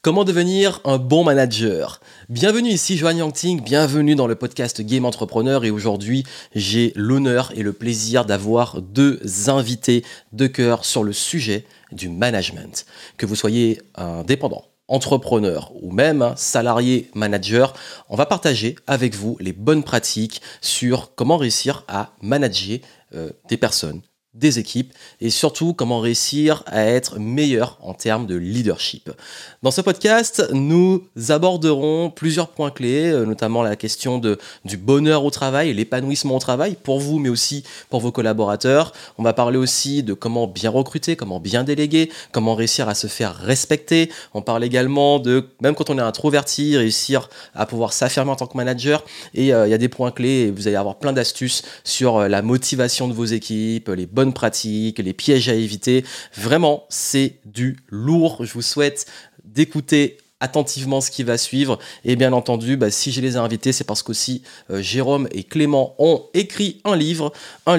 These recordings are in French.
Comment devenir un bon manager? Bienvenue ici, Johan Yangting, bienvenue dans le podcast Game Entrepreneur et aujourd'hui, j'ai l'honneur et le plaisir d'avoir deux invités de cœur sur le sujet du management. Que vous soyez indépendant, entrepreneur ou même salarié manager, on va partager avec vous les bonnes pratiques sur comment réussir à manager des personnes, des équipes et surtout comment réussir à être meilleur en termes de leadership. Dans ce podcast, nous aborderons plusieurs points clés, notamment la question du bonheur au travail, l'épanouissement au travail pour vous mais aussi pour vos collaborateurs. On va parler aussi de comment bien recruter, comment bien déléguer, comment réussir à se faire respecter. On parle également de, même quand on est introverti, réussir à pouvoir s'affirmer en tant que manager. Et il y a des points clés et vous allez avoir plein d'astuces sur la motivation de vos équipes, les bonnes pratiques, les pièges à éviter. Vraiment, c'est du lourd. Je vous souhaite d'écouter attentivement ce qui va suivre. Et bien entendu, si je les ai invités, c'est parce qu'aussi Jérôme et Clément ont écrit un livre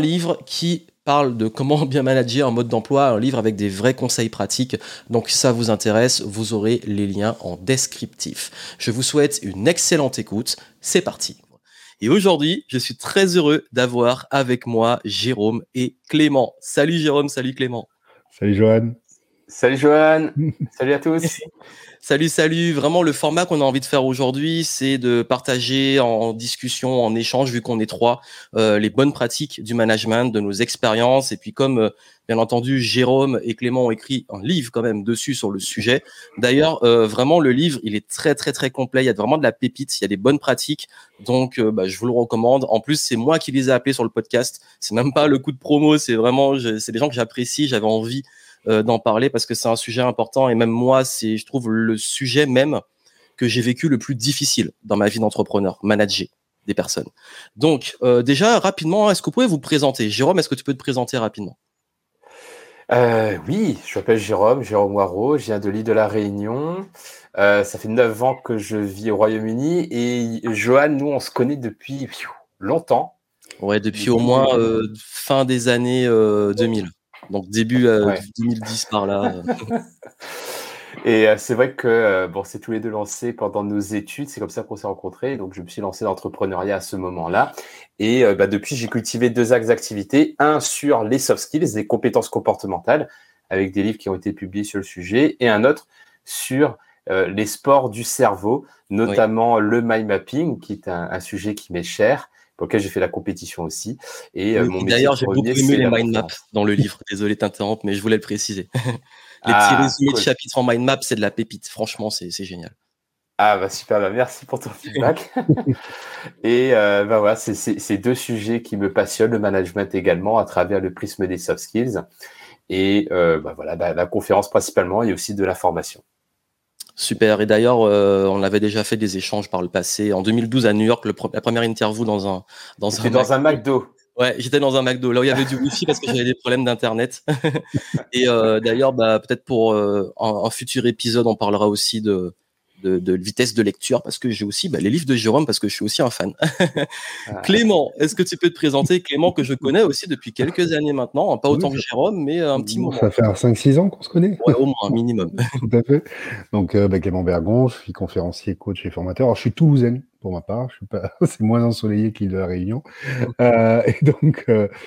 qui parle de comment bien manager en mode d'emploi, un livre avec des vrais conseils pratiques. Donc si ça vous intéresse, vous aurez les liens en descriptif. Je vous souhaite une excellente écoute. C'est parti. Et aujourd'hui, je suis très heureux d'avoir avec moi Jérôme et Clément. Salut Jérôme, salut Clément. Salut Johan. Salut Johan, salut à tous. Salut. Vraiment, le format qu'on a envie de faire aujourd'hui, c'est de partager en discussion, en échange, vu qu'on est trois, les bonnes pratiques du management, de nos expériences. Et puis comme, bien entendu, Jérôme et Clément ont écrit un livre quand même dessus sur le sujet. D'ailleurs, vraiment, le livre, il est très, très, très complet. Il y a vraiment de la pépite, il y a des bonnes pratiques. Donc, je vous le recommande. En plus, c'est moi qui les ai appelés sur le podcast. C'est même pas le coup de promo, c'est vraiment, c'est des gens que j'apprécie. J'avais envie d'en parler parce que c'est un sujet important et même moi, c'est, je trouve, le sujet même que j'ai vécu le plus difficile dans ma vie d'entrepreneur, manager des personnes. Donc, déjà, rapidement, est-ce que vous pouvez vous présenter? Jérôme, est-ce que tu peux te présenter rapidement? Oui, je m'appelle Jérôme Waro, je viens de l'île de la Réunion. Ça fait 9 ans que je vis au Royaume-Uni et Johan, nous, on se connaît depuis longtemps. Ouais, depuis au moins fin des années 2000. Donc début 2010 par là. Et c'est vrai que on s'est tous les deux lancés pendant nos études, c'est comme ça qu'on s'est rencontrés. Donc je me suis lancé dans l'entrepreneuriat à ce moment-là. Et depuis, j'ai cultivé 2 axes d'activité. Un sur les soft skills, les compétences comportementales, avec des livres qui ont été publiés sur le sujet. Et un autre sur les sports du cerveau, notamment le mind mapping, qui est un sujet qui m'est cher, pour lequel j'ai fait la compétition aussi. Et mon métier d'ailleurs, j'ai beaucoup aimé les mind maps dans le livre. Désolé de t'interrompre, mais je voulais le précisément. Les petits résumés de chapitres en mind map, c'est de la pépite. Franchement, c'est génial. Ah super, merci pour ton feedback. Et voilà, c'est ces 2 sujets qui me passionnent, le management également à travers le prisme des soft skills et la conférence principalement et aussi de la formation. Super. Et d'ailleurs, on avait déjà fait des échanges par le passé. En 2012 à New York, la première interview dans un McDo. Ouais, j'étais dans un McDo. Là où il y avait du Wi-Fi parce que j'avais des problèmes d'internet. Et d'ailleurs, peut-être pour un futur épisode, on parlera aussi de vitesse de lecture parce que j'ai aussi les livres de Jérôme parce que je suis aussi un fan. Clément, est-ce que tu peux te présenter? Clément que je connais aussi depuis quelques années maintenant, pas autant que Jérôme, mais un petit moment. Ça fait 5-6 ans qu'on se connaît. Ouais, au moins, un minimum. Tout à fait. Donc, Clément Bergon, je suis conférencier, coach et formateur. Alors, je suis toulousain pour ma part. Je suis pas, c'est moins ensoleillé que l'île de la Réunion. Et donc,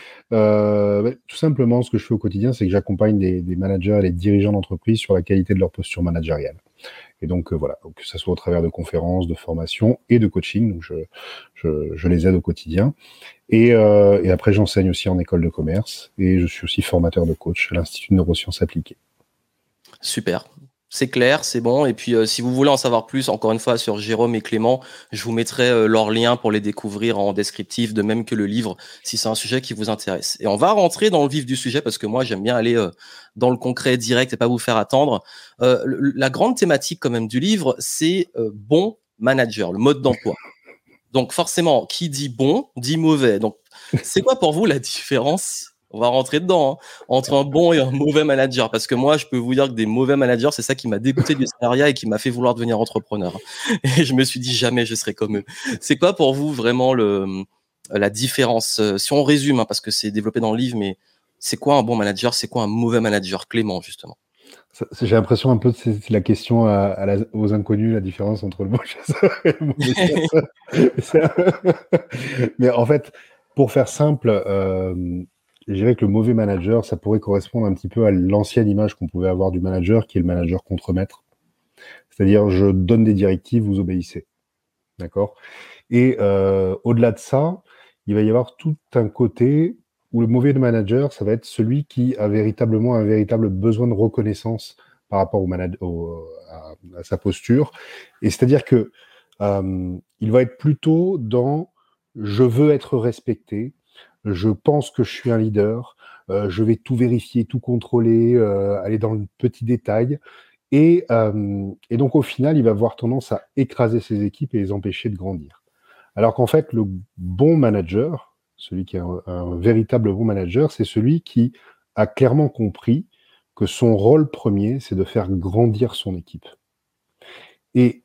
tout simplement, ce que je fais au quotidien, c'est que j'accompagne des managers et des dirigeants d'entreprise sur la qualité de leur posture managériale. Et donc, voilà, que ça soit au travers de conférences, de formations et de coaching. Donc, je les aide au quotidien. Et après, j'enseigne aussi en école de commerce et je suis aussi formateur de coach à l'Institut de neurosciences appliquées. Super. C'est clair, c'est bon. Et puis, si vous voulez en savoir plus, encore une fois, sur Jérôme et Clément, je vous mettrai leurs liens pour les découvrir en descriptif, de même que le livre, si c'est un sujet qui vous intéresse. Et on va rentrer dans le vif du sujet parce que moi, j'aime bien aller dans le concret direct et pas vous faire attendre. La grande thématique quand même du livre, c'est bon manager, le mode d'emploi. Donc forcément, qui dit bon, dit mauvais. Donc, c'est quoi pour vous la différence? On va rentrer dedans, entre un bon et un mauvais manager. Parce que moi, je peux vous dire que des mauvais managers, c'est ça qui m'a dégoûté du salariat et qui m'a fait vouloir devenir entrepreneur. Et je me suis dit, jamais je serai comme eux. C'est quoi pour vous vraiment la différence? Si on résume, parce que c'est développé dans le livre, mais c'est quoi un bon manager? C'est quoi un mauvais manager? Clément, justement. J'ai l'impression un peu que c'est la question aux inconnus, la différence entre le bon chasseur et le mauvais chasseur. Mais en fait, pour faire simple, je dirais que le mauvais manager, ça pourrait correspondre un petit peu à l'ancienne image qu'on pouvait avoir du manager, qui est le manager contremaître. C'est-à-dire, je donne des directives, vous obéissez. D'accord? Et au-delà de ça, il va y avoir tout un côté où le mauvais manager, ça va être celui qui a véritablement un véritable besoin de reconnaissance par rapport à sa posture. Et c'est-à-dire que il va être plutôt dans je veux être respecté, je pense que je suis un leader, je vais tout vérifier, tout contrôler, aller dans le petit détail. Et donc au final, il va avoir tendance à écraser ses équipes et les empêcher de grandir. Alors qu'en fait, le bon manager, celui qui est un véritable bon manager, c'est celui qui a clairement compris que son rôle premier, c'est de faire grandir son équipe. Et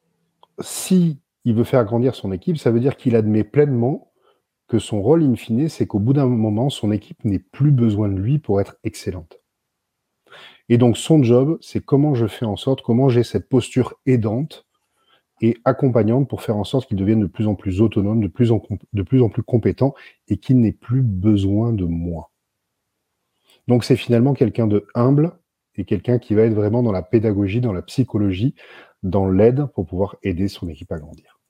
si il veut faire grandir son équipe, ça veut dire qu'il admet pleinement que son rôle in fine, c'est qu'au bout d'un moment, son équipe n'ait plus besoin de lui pour être excellente. Et donc son job, c'est comment je fais en sorte, comment j'ai cette posture aidante et accompagnante pour faire en sorte qu'ils deviennent de plus en plus autonomes, de plus en plus compétents et qu'ils n'aient plus besoin de moi. Donc c'est finalement quelqu'un de humble et quelqu'un qui va être vraiment dans la pédagogie, dans la psychologie, dans l'aide pour pouvoir aider son équipe à grandir.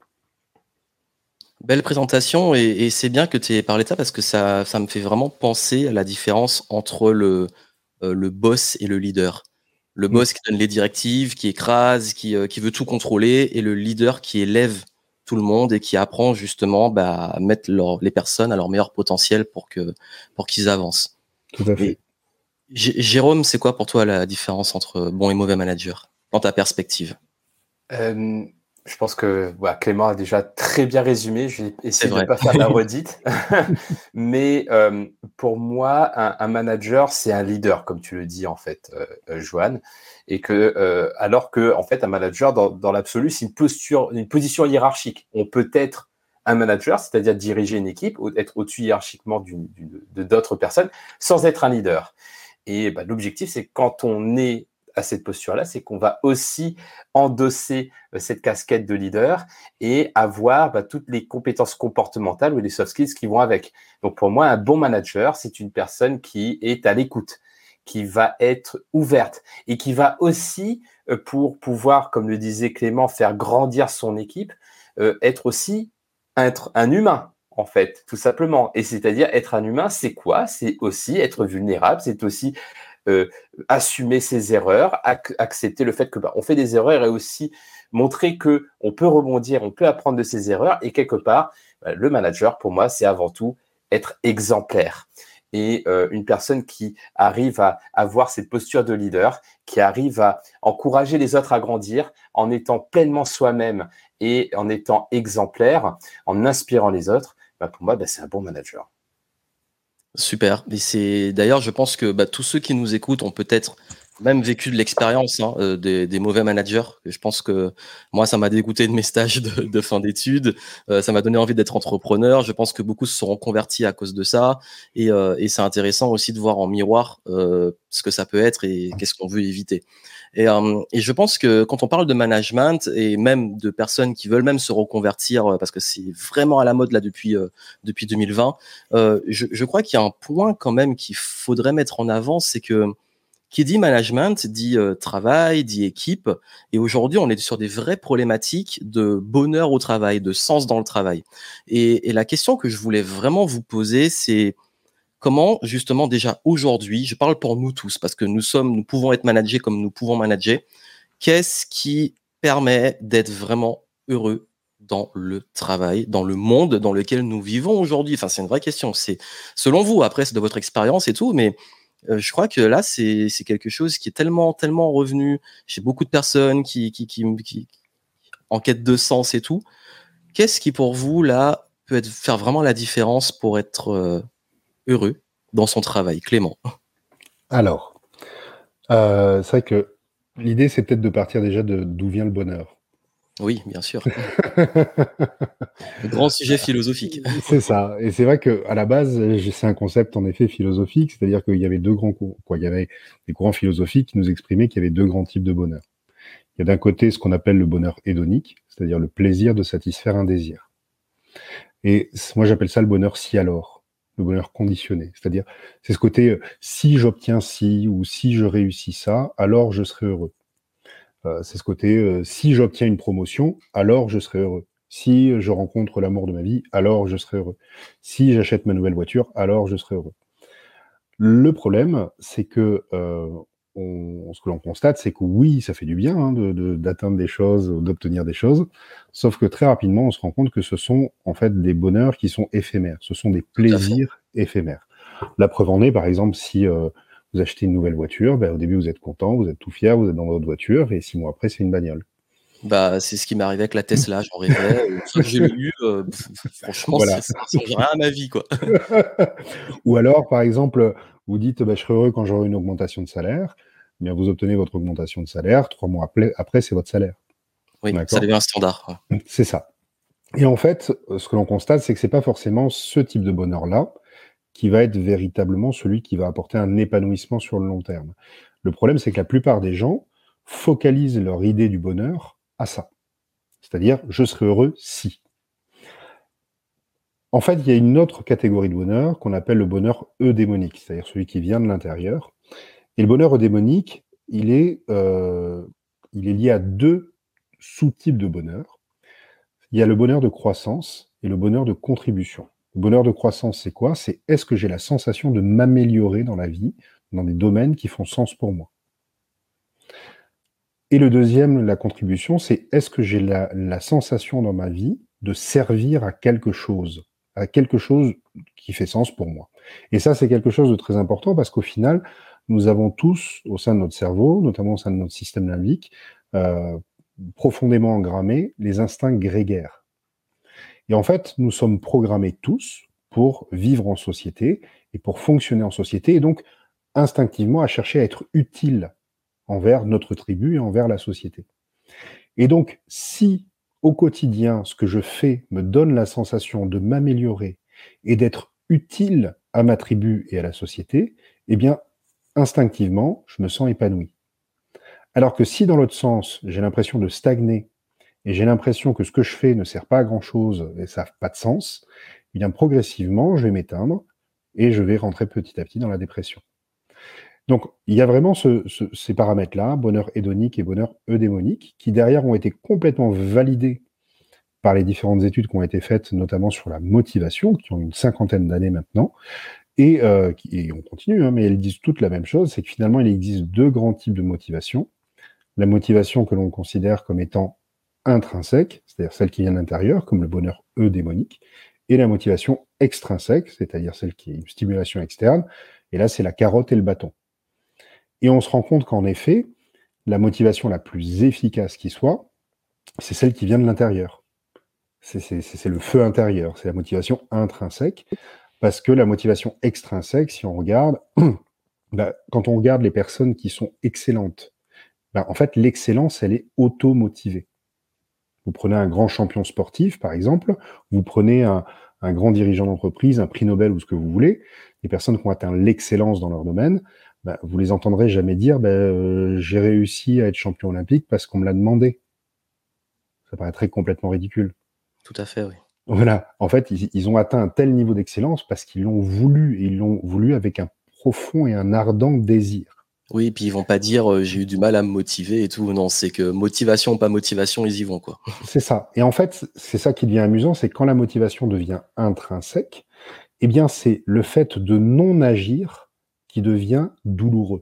Belle présentation et c'est bien que tu aies parlé de ça parce que ça me fait vraiment penser à la différence entre le boss et le leader. Le boss qui donne les directives, qui écrase, qui veut tout contrôler, et le leader qui élève tout le monde et qui apprend justement à mettre les personnes à leur meilleur potentiel pour qu'ils avancent. Tout à fait. Et Jérôme, c'est quoi pour toi la différence entre bon et mauvais manager dans ta perspective? Je pense que Clément a déjà très bien résumé. Je vais essayer de ne pas faire de la redite. Mais pour moi, un manager, c'est un leader, comme tu le dis en fait, Johan. Et que alors que en fait, un manager, dans l'absolu, c'est une position hiérarchique. On peut être un manager, c'est-à-dire diriger une équipe, être au-dessus hiérarchiquement de d'autres personnes, sans être un leader. Et l'objectif, c'est quand on est à cette posture-là, c'est qu'on va aussi endosser cette casquette de leader et avoir toutes les compétences comportementales ou les soft skills qui vont avec. Donc pour moi, un bon manager, c'est une personne qui est à l'écoute, qui va être ouverte et qui va aussi, pour pouvoir, comme le disait Clément, faire grandir son équipe, être aussi un humain, en fait, tout simplement. Et c'est-à-dire être un humain, c'est quoi? C'est aussi être vulnérable, c'est aussi assumer ses erreurs, accepter le fait que on fait des erreurs et aussi montrer que on peut rebondir, on peut apprendre de ses erreurs et quelque part, le manager, pour moi, c'est avant tout être exemplaire. Et une personne qui arrive à avoir cette posture de leader, qui arrive à encourager les autres à grandir en étant pleinement soi-même et en étant exemplaire, en inspirant les autres, pour moi, c'est un bon manager. Super. Et c'est d'ailleurs, je pense que tous ceux qui nous écoutent ont peut-être même vécu de l'expérience des mauvais managers. Je pense que moi, ça m'a dégoûté de mes stages de fin d'études. Ça m'a donné envie d'être entrepreneur. Je pense que beaucoup se sont reconvertis à cause de ça. Et c'est intéressant aussi de voir en miroir ce que ça peut être et qu'est-ce qu'on veut éviter. Et je pense que quand on parle de management et même de personnes qui veulent même se reconvertir, parce que c'est vraiment à la mode là depuis 2020, je crois qu'il y a un point quand même qu'il faudrait mettre en avant, c'est que qui dit management dit travail, dit équipe. Et aujourd'hui, on est sur des vraies problématiques de bonheur au travail, de sens dans le travail. Et la question que je voulais vraiment vous poser, c'est comment, justement, déjà aujourd'hui, je parle pour nous tous, parce que nous pouvons être managés comme nous pouvons manager. Qu'est-ce qui permet d'être vraiment heureux dans le travail, dans le monde dans lequel nous vivons aujourd'hui? Enfin, c'est une vraie question. C'est selon vous, après, c'est de votre expérience et tout, mais je crois que là, c'est quelque chose qui est tellement, tellement revenu chez beaucoup de personnes qui en quête de sens et tout. Qu'est-ce qui, pour vous, là, peut faire vraiment la différence pour être heureux dans son travail, Clément? Alors, c'est vrai que l'idée, c'est peut-être de partir déjà d'où vient le bonheur. Oui, bien sûr. Grand sujet philosophique. C'est ça. Et c'est vrai qu'à la base, c'est un concept en effet philosophique, c'est-à-dire qu'il y avait deux grands courants, quoi. Il y avait des courants philosophiques qui nous exprimaient qu'il y avait deux grands types de bonheur. Il y a d'un côté ce qu'on appelle le bonheur hédonique, c'est-à-dire le plaisir de satisfaire un désir. Et moi, j'appelle ça le bonheur si alors, le bonheur conditionné. C'est-à-dire, c'est ce côté si j'obtiens ci ou si je réussis ça, alors je serai heureux. C'est ce côté si j'obtiens une promotion, alors je serai heureux. Si je rencontre l'amour de ma vie, alors je serai heureux. Si j'achète ma nouvelle voiture, alors je serai heureux. Le problème, c'est que ce que l'on constate, c'est que oui, ça fait du bien hein, d'atteindre des choses, d'obtenir des choses, sauf que très rapidement, on se rend compte que ce sont en fait des bonheurs qui sont éphémères, ce sont des Tout à fait. plaisirs éphémères. La preuve en est, par exemple, si vous achetez une nouvelle voiture, ben, au début vous êtes content, vous êtes tout fier, vous êtes dans votre voiture, et 6 mois après, c'est une bagnole. Bah, c'est ce qui m'est arrivé avec la Tesla, j'en rêvais. Une fois que je l'ai eu, franchement, Voilà. ça change rien à ma vie, quoi. Ou alors, par exemple, vous dites bah, je serai heureux quand j'aurai une augmentation de salaire. Eh bien, vous obtenez votre augmentation de salaire, 3 mois après c'est votre salaire. Oui, ça D'accord. devient un standard. Ouais. C'est ça. Et en fait, ce que l'on constate, c'est que c'est pas forcément ce type de bonheur-là qui va être véritablement celui qui va apporter un épanouissement sur le long terme. Le problème, c'est que la plupart des gens focalisent leur idée du bonheur à ça. C'est-à-dire, je serai heureux si. En fait, il y a une autre catégorie de bonheur qu'on appelle le bonheur eudémonique, c'est-à-dire celui qui vient de l'intérieur. Et le bonheur eudémonique, il est lié à deux sous-types de bonheur. Il y a le bonheur de croissance et le bonheur de contribution. Le bonheur de croissance, c'est quoi? C'est est-ce que j'ai la sensation de m'améliorer dans la vie, dans des domaines qui font sens pour moi? Et le deuxième, la contribution, c'est est-ce que j'ai la sensation dans ma vie de servir à quelque chose qui fait sens pour moi. Et ça, c'est quelque chose de très important parce qu'au final, nous avons tous, au sein de notre cerveau, notamment au sein de notre système limbique, profondément engrammés les instincts grégaires. Et en fait, nous sommes programmés tous pour vivre en société et pour fonctionner en société, et donc instinctivement à chercher à être utile envers notre tribu et envers la société. Et donc, si au quotidien, ce que je fais me donne la sensation de m'améliorer et d'être utile à ma tribu et à la société, eh bien, instinctivement, je me sens épanoui. Alors que si dans l'autre sens, j'ai l'impression de stagner et j'ai l'impression que ce que je fais ne sert pas à grand-chose et ça n'a pas de sens, eh bien, progressivement, je vais m'éteindre et je vais rentrer petit à petit dans la dépression. Donc, il y a vraiment ces paramètres-là, bonheur hédonique et bonheur eudémonique, qui derrière ont été complètement validés par les différentes études qui ont été faites, notamment sur la motivation, qui ont une 50aine d'années maintenant, et on continue, hein, mais elles disent toutes la même chose, c'est que finalement, il existe deux grands types de motivation. La motivation que l'on considère comme étant intrinsèque, c'est-à-dire celle qui vient de l'intérieur, comme le bonheur eudémonique, et la motivation extrinsèque, c'est-à-dire celle qui est une stimulation externe, et là, c'est la carotte et le bâton. Et on se rend compte qu'en effet, la motivation la plus efficace qui soit, c'est celle qui vient de l'intérieur. C'est le feu intérieur, c'est la motivation intrinsèque, parce que la motivation extrinsèque, si on regarde, quand on regarde les personnes qui sont excellentes, en fait, l'excellence, elle est auto-motivée. Vous prenez un grand champion sportif, par exemple, vous prenez un grand dirigeant d'entreprise, un prix Nobel ou ce que vous voulez, les personnes qui ont atteint l'excellence dans leur domaine, vous les entendrez jamais dire j'ai réussi à être champion olympique parce qu'on me l'a demandé. Ça paraîtrait complètement ridicule. Tout à fait, oui. Voilà. En fait, ils ont atteint un tel niveau d'excellence parce qu'ils l'ont voulu, et ils l'ont voulu avec un profond et un ardent désir. Oui, et puis ils vont pas dire j'ai eu du mal à me motiver et tout. Non, c'est que motivation ou pas motivation, ils y vont, quoi. C'est ça. Et en fait, c'est ça qui devient amusant, c'est quand la motivation devient intrinsèque, eh bien, c'est le fait de non agir qui devient douloureux.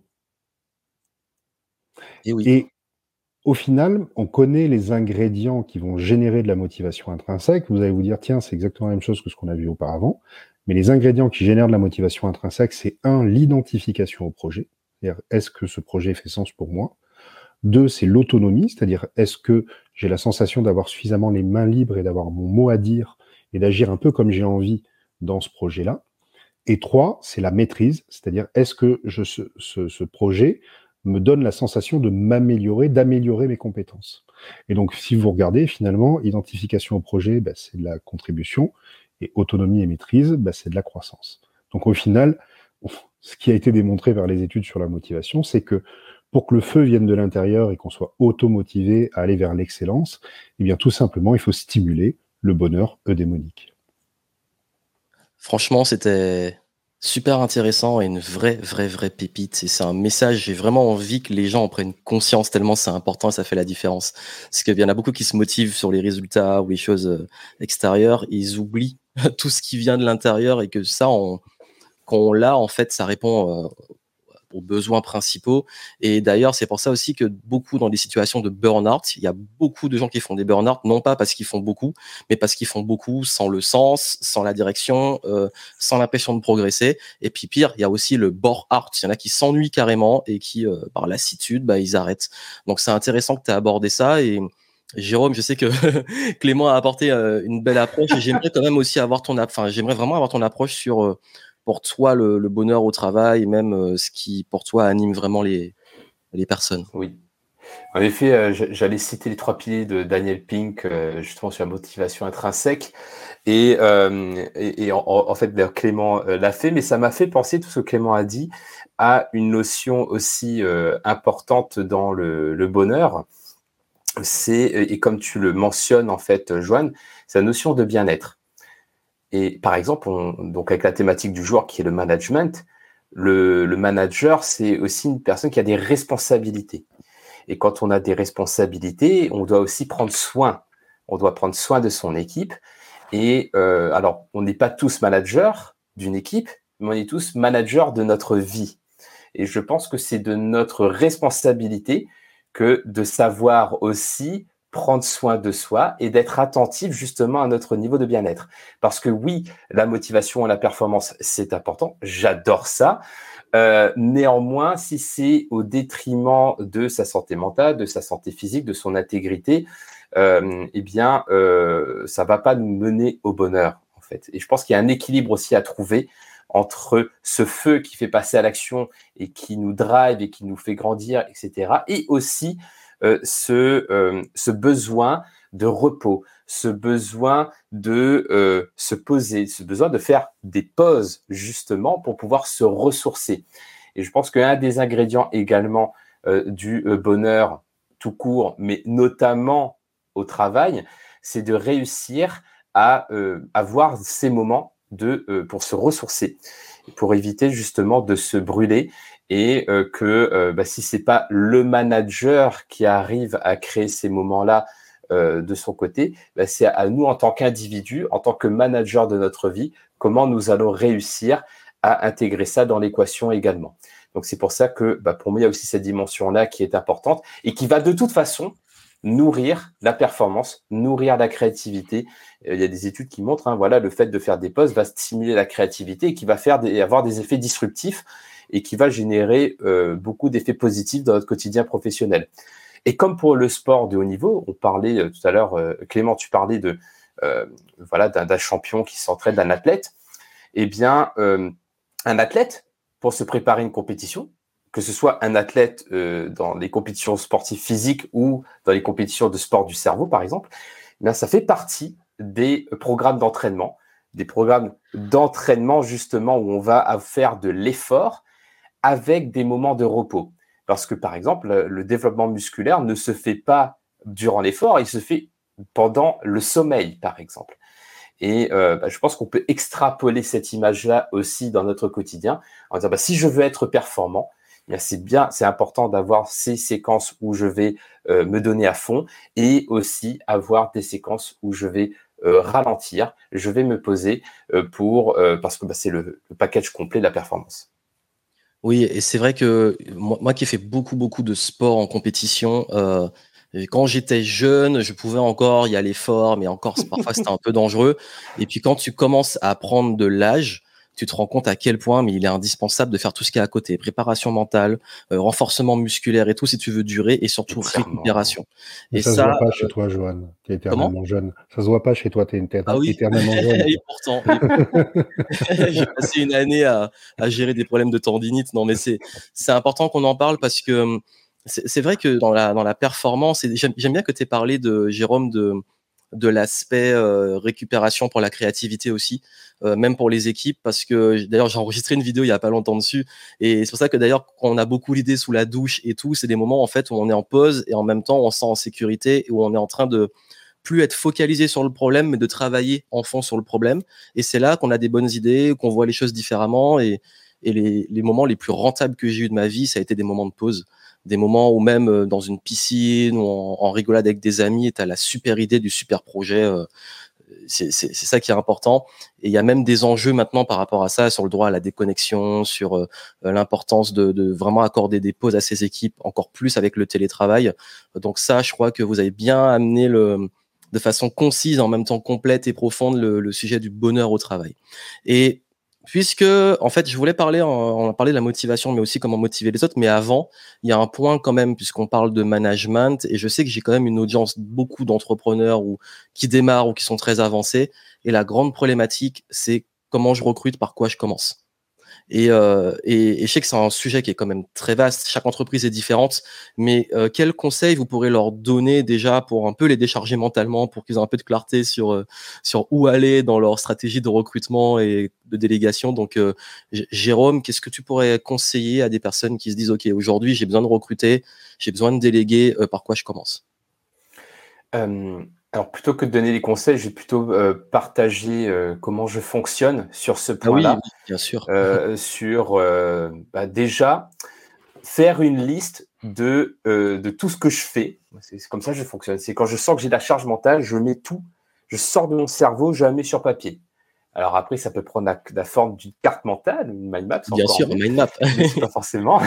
Et oui. Et au final, on connaît les ingrédients qui vont générer de la motivation intrinsèque. Vous allez vous dire, tiens, c'est exactement la même chose que ce qu'on a vu auparavant. Mais les ingrédients qui génèrent de la motivation intrinsèque, c'est l'identification au projet. C'est-à-dire, est-ce que ce projet fait sens pour moi? 2, c'est l'autonomie, c'est-à-dire, est-ce que j'ai la sensation d'avoir suffisamment les mains libres et d'avoir mon mot à dire et d'agir un peu comme j'ai envie dans ce projet-là? Et 3, c'est la maîtrise, c'est-à-dire, est-ce que ce projet me donne la sensation de m'améliorer, d'améliorer mes compétences. Et donc, si vous regardez, finalement, identification au projet, c'est de la contribution, et autonomie et maîtrise, c'est de la croissance. Donc, au final, ce qui a été démontré par les études sur la motivation, c'est que pour que le feu vienne de l'intérieur et qu'on soit automotivé à aller vers l'excellence, eh bien, tout simplement, il faut stimuler le bonheur eudémonique. Franchement, c'était super intéressant et une vraie pépite. Et c'est un message, j'ai vraiment envie que les gens en prennent conscience tellement c'est important et ça fait la différence. Parce qu'il y en a beaucoup qui se motivent sur les résultats ou les choses extérieures. Et ils oublient tout ce qui vient de l'intérieur et que ça, quand on l'a, en fait, ça répond aux besoins principaux. Et d'ailleurs, c'est pour ça aussi que beaucoup dans des situations de burn-out, il y a beaucoup de gens qui font des burn-out, non pas parce qu'ils font beaucoup, mais parce qu'ils font beaucoup sans le sens, sans la direction, sans l'impression de progresser. Et puis pire, il y a aussi le bore-out. Il y en a qui s'ennuient carrément et qui, par lassitude, ils arrêtent. Donc c'est intéressant que tu aies abordé ça. Et Jérôme, je sais que Clément a apporté une belle approche et j'aimerais quand même aussi avoir j'aimerais vraiment avoir ton approche sur pour toi le bonheur au travail et même ce qui pour toi anime vraiment les personnes. Oui. En effet, j'allais citer les 3 piliers de Daniel Pink, justement sur la motivation intrinsèque. Et en fait, d'ailleurs, Clément l'a fait, mais ça m'a fait penser, tout ce que Clément a dit, à une notion aussi importante dans le bonheur. Et comme tu le mentionnes, en fait, Joanne, c'est la notion de bien-être. Et par exemple, donc avec la thématique du jour qui est le management, le manager, c'est aussi une personne qui a des responsabilités. Et quand on a des responsabilités, on doit aussi prendre soin. On doit prendre soin de son équipe. Et alors, on n'est pas tous managers d'une équipe, mais on est tous managers de notre vie. Et je pense que c'est de notre responsabilité que de savoir aussi prendre soin de soi et d'être attentif justement à notre niveau de bien-être. Parce que oui, la motivation et la performance, c'est important. J'adore ça. Néanmoins, si c'est au détriment de sa santé mentale, de sa santé physique, de son intégrité, ça va pas nous mener au bonheur, en fait. Et je pense qu'il y a un équilibre aussi à trouver entre ce feu qui fait passer à l'action et qui nous drive et qui nous fait grandir, etc. Et aussi ce besoin de repos, ce besoin de se poser, ce besoin de faire des pauses justement pour pouvoir se ressourcer. Et je pense qu'un des ingrédients également du bonheur tout court, mais notamment au travail, c'est de réussir à avoir ces moments pour se ressourcer, pour éviter justement de se brûler et si c'est pas le manager qui arrive à créer ces moments-là de son côté, c'est à nous en tant qu'individus, en tant que manager de notre vie, comment nous allons réussir à intégrer ça dans l'équation également. Donc c'est pour ça que pour moi, il y a aussi cette dimension-là qui est importante et qui va de toute façon nourrir la performance, nourrir la créativité. Il y a des études qui montrent, le fait de faire des pauses va stimuler la créativité et qui va avoir des effets disruptifs et qui va générer beaucoup d'effets positifs dans notre quotidien professionnel. Et comme pour le sport de haut niveau, on parlait tout à l'heure, Clément, tu parlais d'un champion qui s'entraîne, d'un athlète. Eh bien, un athlète, pour se préparer à une compétition, que ce soit un athlète dans les compétitions sportives physiques ou dans les compétitions de sport du cerveau, par exemple, ça fait partie des programmes d'entraînement, justement où on va faire de l'effort avec des moments de repos. Parce que, par exemple, le développement musculaire ne se fait pas durant l'effort, il se fait pendant le sommeil, par exemple. Et je pense qu'on peut extrapoler cette image-là aussi dans notre quotidien en disant si je veux être performant, c'est important d'avoir ces séquences où je vais me donner à fond et aussi avoir des séquences où je vais ralentir, je vais me poser parce que c'est le package complet de la performance. Oui, et c'est vrai que moi qui ai fait beaucoup de sport en compétition, quand j'étais jeune, je pouvais encore y aller fort, mais encore parfois c'était un peu dangereux. Et puis quand tu commences à prendre de l'âge, tu te rends compte à quel point mais il est indispensable de faire tout ce qui est à côté, préparation mentale, renforcement musculaire et tout si tu veux durer et surtout Clairement. récupération. Mais Et ça se ça, voit pas chez toi, Johan, tu es comment? éternellement jeune. Ça se voit pas chez toi, tu es Ah oui, éternellement jeune, et quoi. pourtant, j'ai passé une année à gérer des problèmes de tendinite. Non, mais c'est important qu'on en parle parce que c'est vrai que dans la performance, et j'aime bien que tu aies parlé de Jérôme de l'aspect récupération pour la créativité aussi, même pour les équipes, parce que d'ailleurs j'ai enregistré une vidéo il y a pas longtemps dessus, et c'est pour ça que d'ailleurs quand on a beaucoup l'idée sous la douche et tout, c'est des moments en fait où on est en pause et en même temps on se sent en sécurité et où on est en train de plus être focalisé sur le problème, mais de travailler en fond sur le problème. Et c'est là qu'on a des bonnes idées, qu'on voit les choses différemment. Et les moments les plus rentables que j'ai eu de ma vie, ça a été des moments de pause. Des moments où même dans une piscine ou en rigolade avec des amis, tu as la super idée du super projet. C'est ça qui est important. Et il y a même des enjeux maintenant par rapport à ça, sur le droit à la déconnexion, sur l'importance de vraiment accorder des pauses à ces équipes, encore plus avec le télétravail. Donc ça, je crois que vous avez bien amené de façon concise, en même temps complète et profonde, le sujet du bonheur au travail. Et puisque, en fait, je voulais parler, on a parlé de la motivation, mais aussi comment motiver les autres. Mais avant, il y a un point quand même, puisqu'on parle de management, et je sais que j'ai quand même une audience, beaucoup d'entrepreneurs qui démarrent ou qui sont très avancés. Et la grande problématique, c'est comment je recrute, par quoi je commence. Et je sais que c'est un sujet qui est quand même très vaste. Chaque entreprise est différente, mais quels conseils vous pourrez leur donner déjà pour un peu les décharger mentalement, pour qu'ils aient un peu de clarté sur où aller dans leur stratégie de recrutement et de délégation. Donc, Jérôme, qu'est-ce que tu pourrais conseiller à des personnes qui se disent, OK, aujourd'hui, j'ai besoin de recruter, j'ai besoin de déléguer, par quoi je commence? Alors plutôt que de donner des conseils, je vais plutôt, partager, comment je fonctionne sur ce Ah oui, point-là. oui, bien sûr. Sur, déjà, faire une liste de tout ce que je fais. C'est comme ça que je fonctionne. C'est quand je sens que j'ai de la charge mentale, je mets tout, je sors de mon cerveau, je la mets sur papier. Alors après, ça peut prendre la forme d'une carte mentale, une mind map, c'est Bien encore sûr, mieux, mind map. mais c'est pas forcément.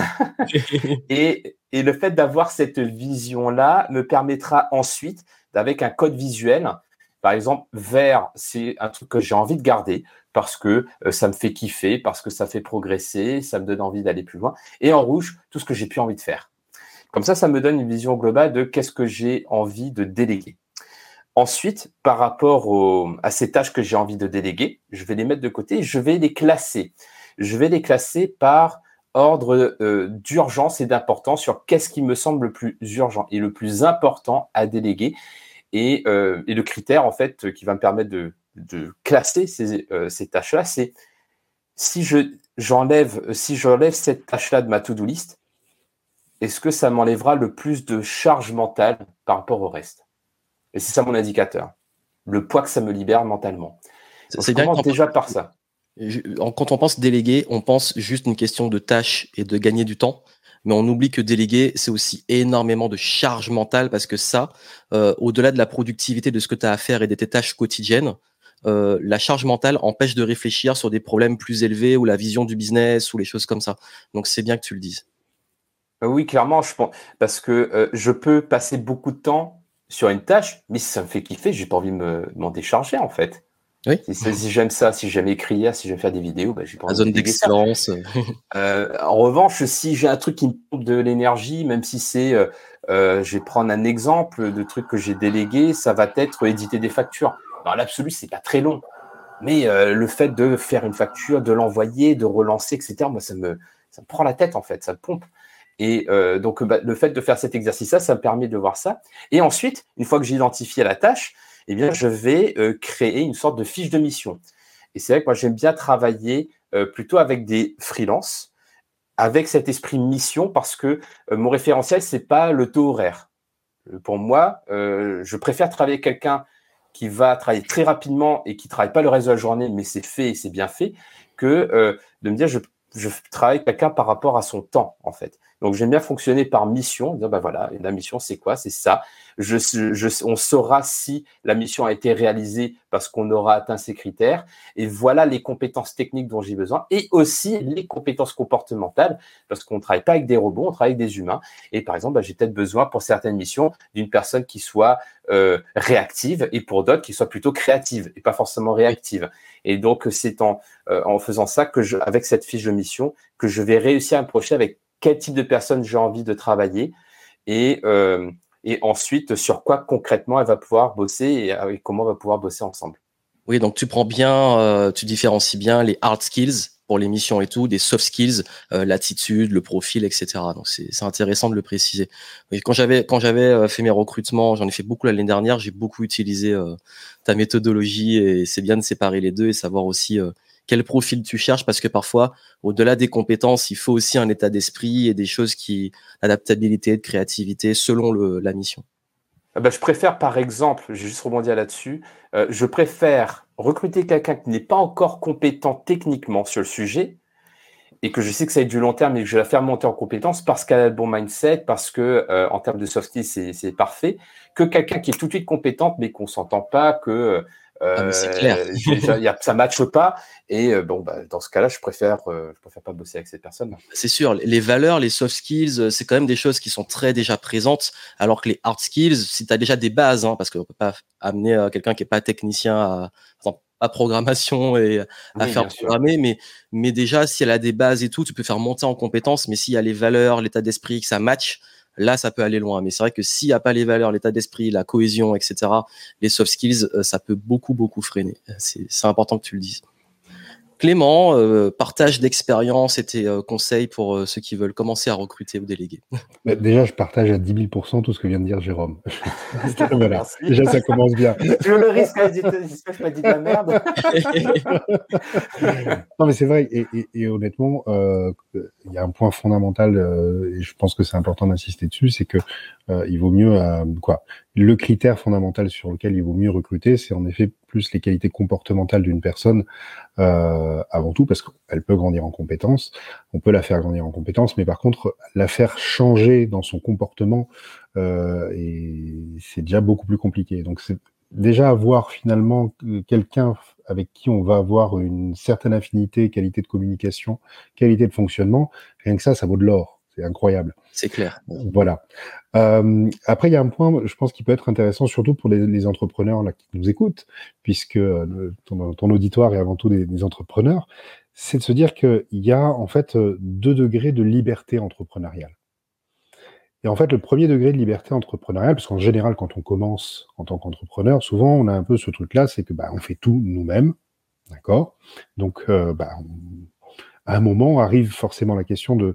Et le fait d'avoir cette vision-là me permettra ensuite, avec un code visuel, par exemple, vert, c'est un truc que j'ai envie de garder parce que ça me fait kiffer, parce que ça fait progresser, ça me donne envie d'aller plus loin. Et en rouge, tout ce que j'ai plus envie de faire. Comme ça me donne une vision globale de qu'est-ce que j'ai envie de déléguer. Ensuite, par rapport à ces tâches que j'ai envie de déléguer, je vais les mettre de côté, je vais les classer. Je vais les classer par ordre d'urgence et d'importance sur qu'est-ce qui me semble le plus urgent et le plus important à déléguer. Et le critère, en fait, qui va me permettre de classer ces tâches-là, c'est si j'enlève cette tâche-là de ma to-do list, est-ce que ça m'enlèvera le plus de charge mentale par rapport au reste? Et c'est ça mon indicateur, le poids que ça me libère mentalement. Donc je C'est bien que commence t'en déjà parles. par ça. Quand on pense déléguer, on pense juste une question de tâches et de gagner du temps. Mais on oublie que déléguer, c'est aussi énormément de charge mentale parce que ça, au-delà de la productivité de ce que tu as à faire et de tes tâches quotidiennes, la charge mentale empêche de réfléchir sur des problèmes plus élevés ou la vision du business ou les choses comme ça. Donc c'est bien que tu le dises. Oui, clairement, je pense, parce que je peux passer beaucoup de temps sur une tâche, mais si ça me fait kiffer, j'ai pas envie de m'en décharger en fait. Oui, Si j'aime ça, si j'aime écrire, si j'aime faire des vidéos, j'ai pas la envie de zone déléguer ça. d'excellence. En revanche, si j'ai un truc qui me pompe de l'énergie, même si c'est, je vais prendre un exemple de truc que j'ai délégué, ça va être éditer des factures. Dans l'absolu, c'est pas très long, mais le fait de faire une facture, de l'envoyer, de relancer, etc., moi, ça me prend la tête en fait, ça me pompe. Et donc, le fait de faire cet exercice-là, ça me permet de voir ça. Et ensuite, une fois que j'ai identifié la tâche, eh bien, je vais créer une sorte de fiche de mission. Et c'est vrai que moi, j'aime bien travailler plutôt avec des freelances, avec cet esprit mission, parce que mon référentiel, c'est pas le taux horaire. Pour moi, je préfère travailler avec quelqu'un qui va travailler très rapidement et qui ne travaille pas le reste de la journée, mais c'est fait et c'est bien fait, que de me dire je travaille avec quelqu'un par rapport à son temps, en fait. Donc, j'aime bien fonctionner par mission, dire, bah voilà, la mission, c'est quoi? C'est ça. On saura si la mission a été réalisée parce qu'on aura atteint ces critères. Et voilà les compétences techniques dont j'ai besoin et aussi les compétences comportementales parce qu'on ne travaille pas avec des robots, on travaille avec des humains. Et par exemple, j'ai peut-être besoin pour certaines missions d'une personne qui soit réactive et pour d'autres qui soit plutôt créative et pas forcément réactive. Et donc, c'est en faisant ça avec cette fiche de mission que je vais réussir à me projeter avec quel type de personne j'ai envie de travailler et ensuite sur quoi concrètement elle va pouvoir bosser et comment on va pouvoir bosser ensemble. Oui, donc tu différencies bien les hard skills pour les missions et tout, des soft skills, l'attitude, le profil, etc. Donc c'est intéressant de le préciser. Et quand j'avais fait mes recrutements, j'en ai fait beaucoup l'année dernière, j'ai beaucoup utilisé ta méthodologie et c'est bien de séparer les deux et savoir aussi quel profil tu cherches parce que parfois, au-delà des compétences, il faut aussi un état d'esprit et des choses adaptabilité, de créativité selon la mission. Je préfère, par exemple, je vais juste rebondir là-dessus, je préfère recruter quelqu'un qui n'est pas encore compétent techniquement sur le sujet et que je sais que ça va être du long terme et que je vais la faire monter en compétence parce qu'elle a le bon mindset, parce que en termes de soft skills, c'est parfait, que quelqu'un qui est tout de suite compétente mais qu'on s'entend pas, que mais c'est clair. ça matche pas. Et dans ce cas-là, je préfère pas bosser avec cette personne. C'est sûr, les valeurs, les soft skills, c'est quand même des choses qui sont très déjà présentes, alors que les hard skills, si tu as déjà des bases, parce qu'on peut pas amener quelqu'un qui est pas technicien à programmation et à faire programmer, mais déjà, si elle a des bases et tout, tu peux faire monter en compétences, mais s'il y a les valeurs, l'état d'esprit, que ça match, là, ça peut aller loin. Mais c'est vrai que s'il n'y a pas les valeurs, l'état d'esprit, la cohésion, etc., les soft skills, ça peut beaucoup, beaucoup freiner. C'est important que tu le dises. Clément, partage d'expérience et tes conseils pour ceux qui veulent commencer à recruter ou déléguer. Déjà, je partage à 10 000 % tout ce que vient de dire Jérôme. Voilà. Déjà, ça commence bien. Tu veux le risque, j'espère que je pas dit de la merde. Non, mais c'est vrai. Et honnêtement, il y a un point fondamental, et je pense que c'est important d'insister dessus, c'est que il vaut mieux le critère fondamental sur lequel il vaut mieux recruter, c'est en effet plus les qualités comportementales d'une personne avant tout, parce qu'elle peut grandir en compétences, on peut la faire grandir en compétences, mais par contre, la faire changer dans son comportement, c'est déjà beaucoup plus compliqué. Donc, c'est déjà avoir finalement quelqu'un avec qui on va avoir une certaine affinité, qualité de communication, qualité de fonctionnement, rien que ça vaut de l'or. C'est incroyable. C'est clair. Voilà. Après, il y a un point, je pense, qui peut être intéressant, surtout pour les entrepreneurs là, qui nous écoutent, puisque ton auditoire est avant tout des entrepreneurs, c'est de se dire qu'il y a en fait 2 degrés de liberté entrepreneuriale. Et en fait, le premier degré de liberté entrepreneuriale, parce qu'en général, quand on commence en tant qu'entrepreneur, souvent, on a un peu ce truc-là, c'est que on fait tout nous-mêmes, d'accord ? Donc, à un moment arrive forcément la question de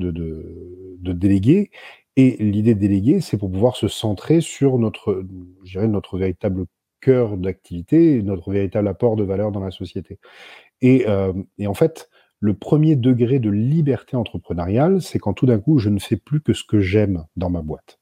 déléguer. Et l'idée de déléguer, c'est pour pouvoir se centrer sur notre véritable cœur d'activité, notre véritable apport de valeur dans la société. Et en fait, le premier degré de liberté entrepreneuriale, c'est quand tout d'un coup, je ne fais plus que ce que j'aime dans ma boîte.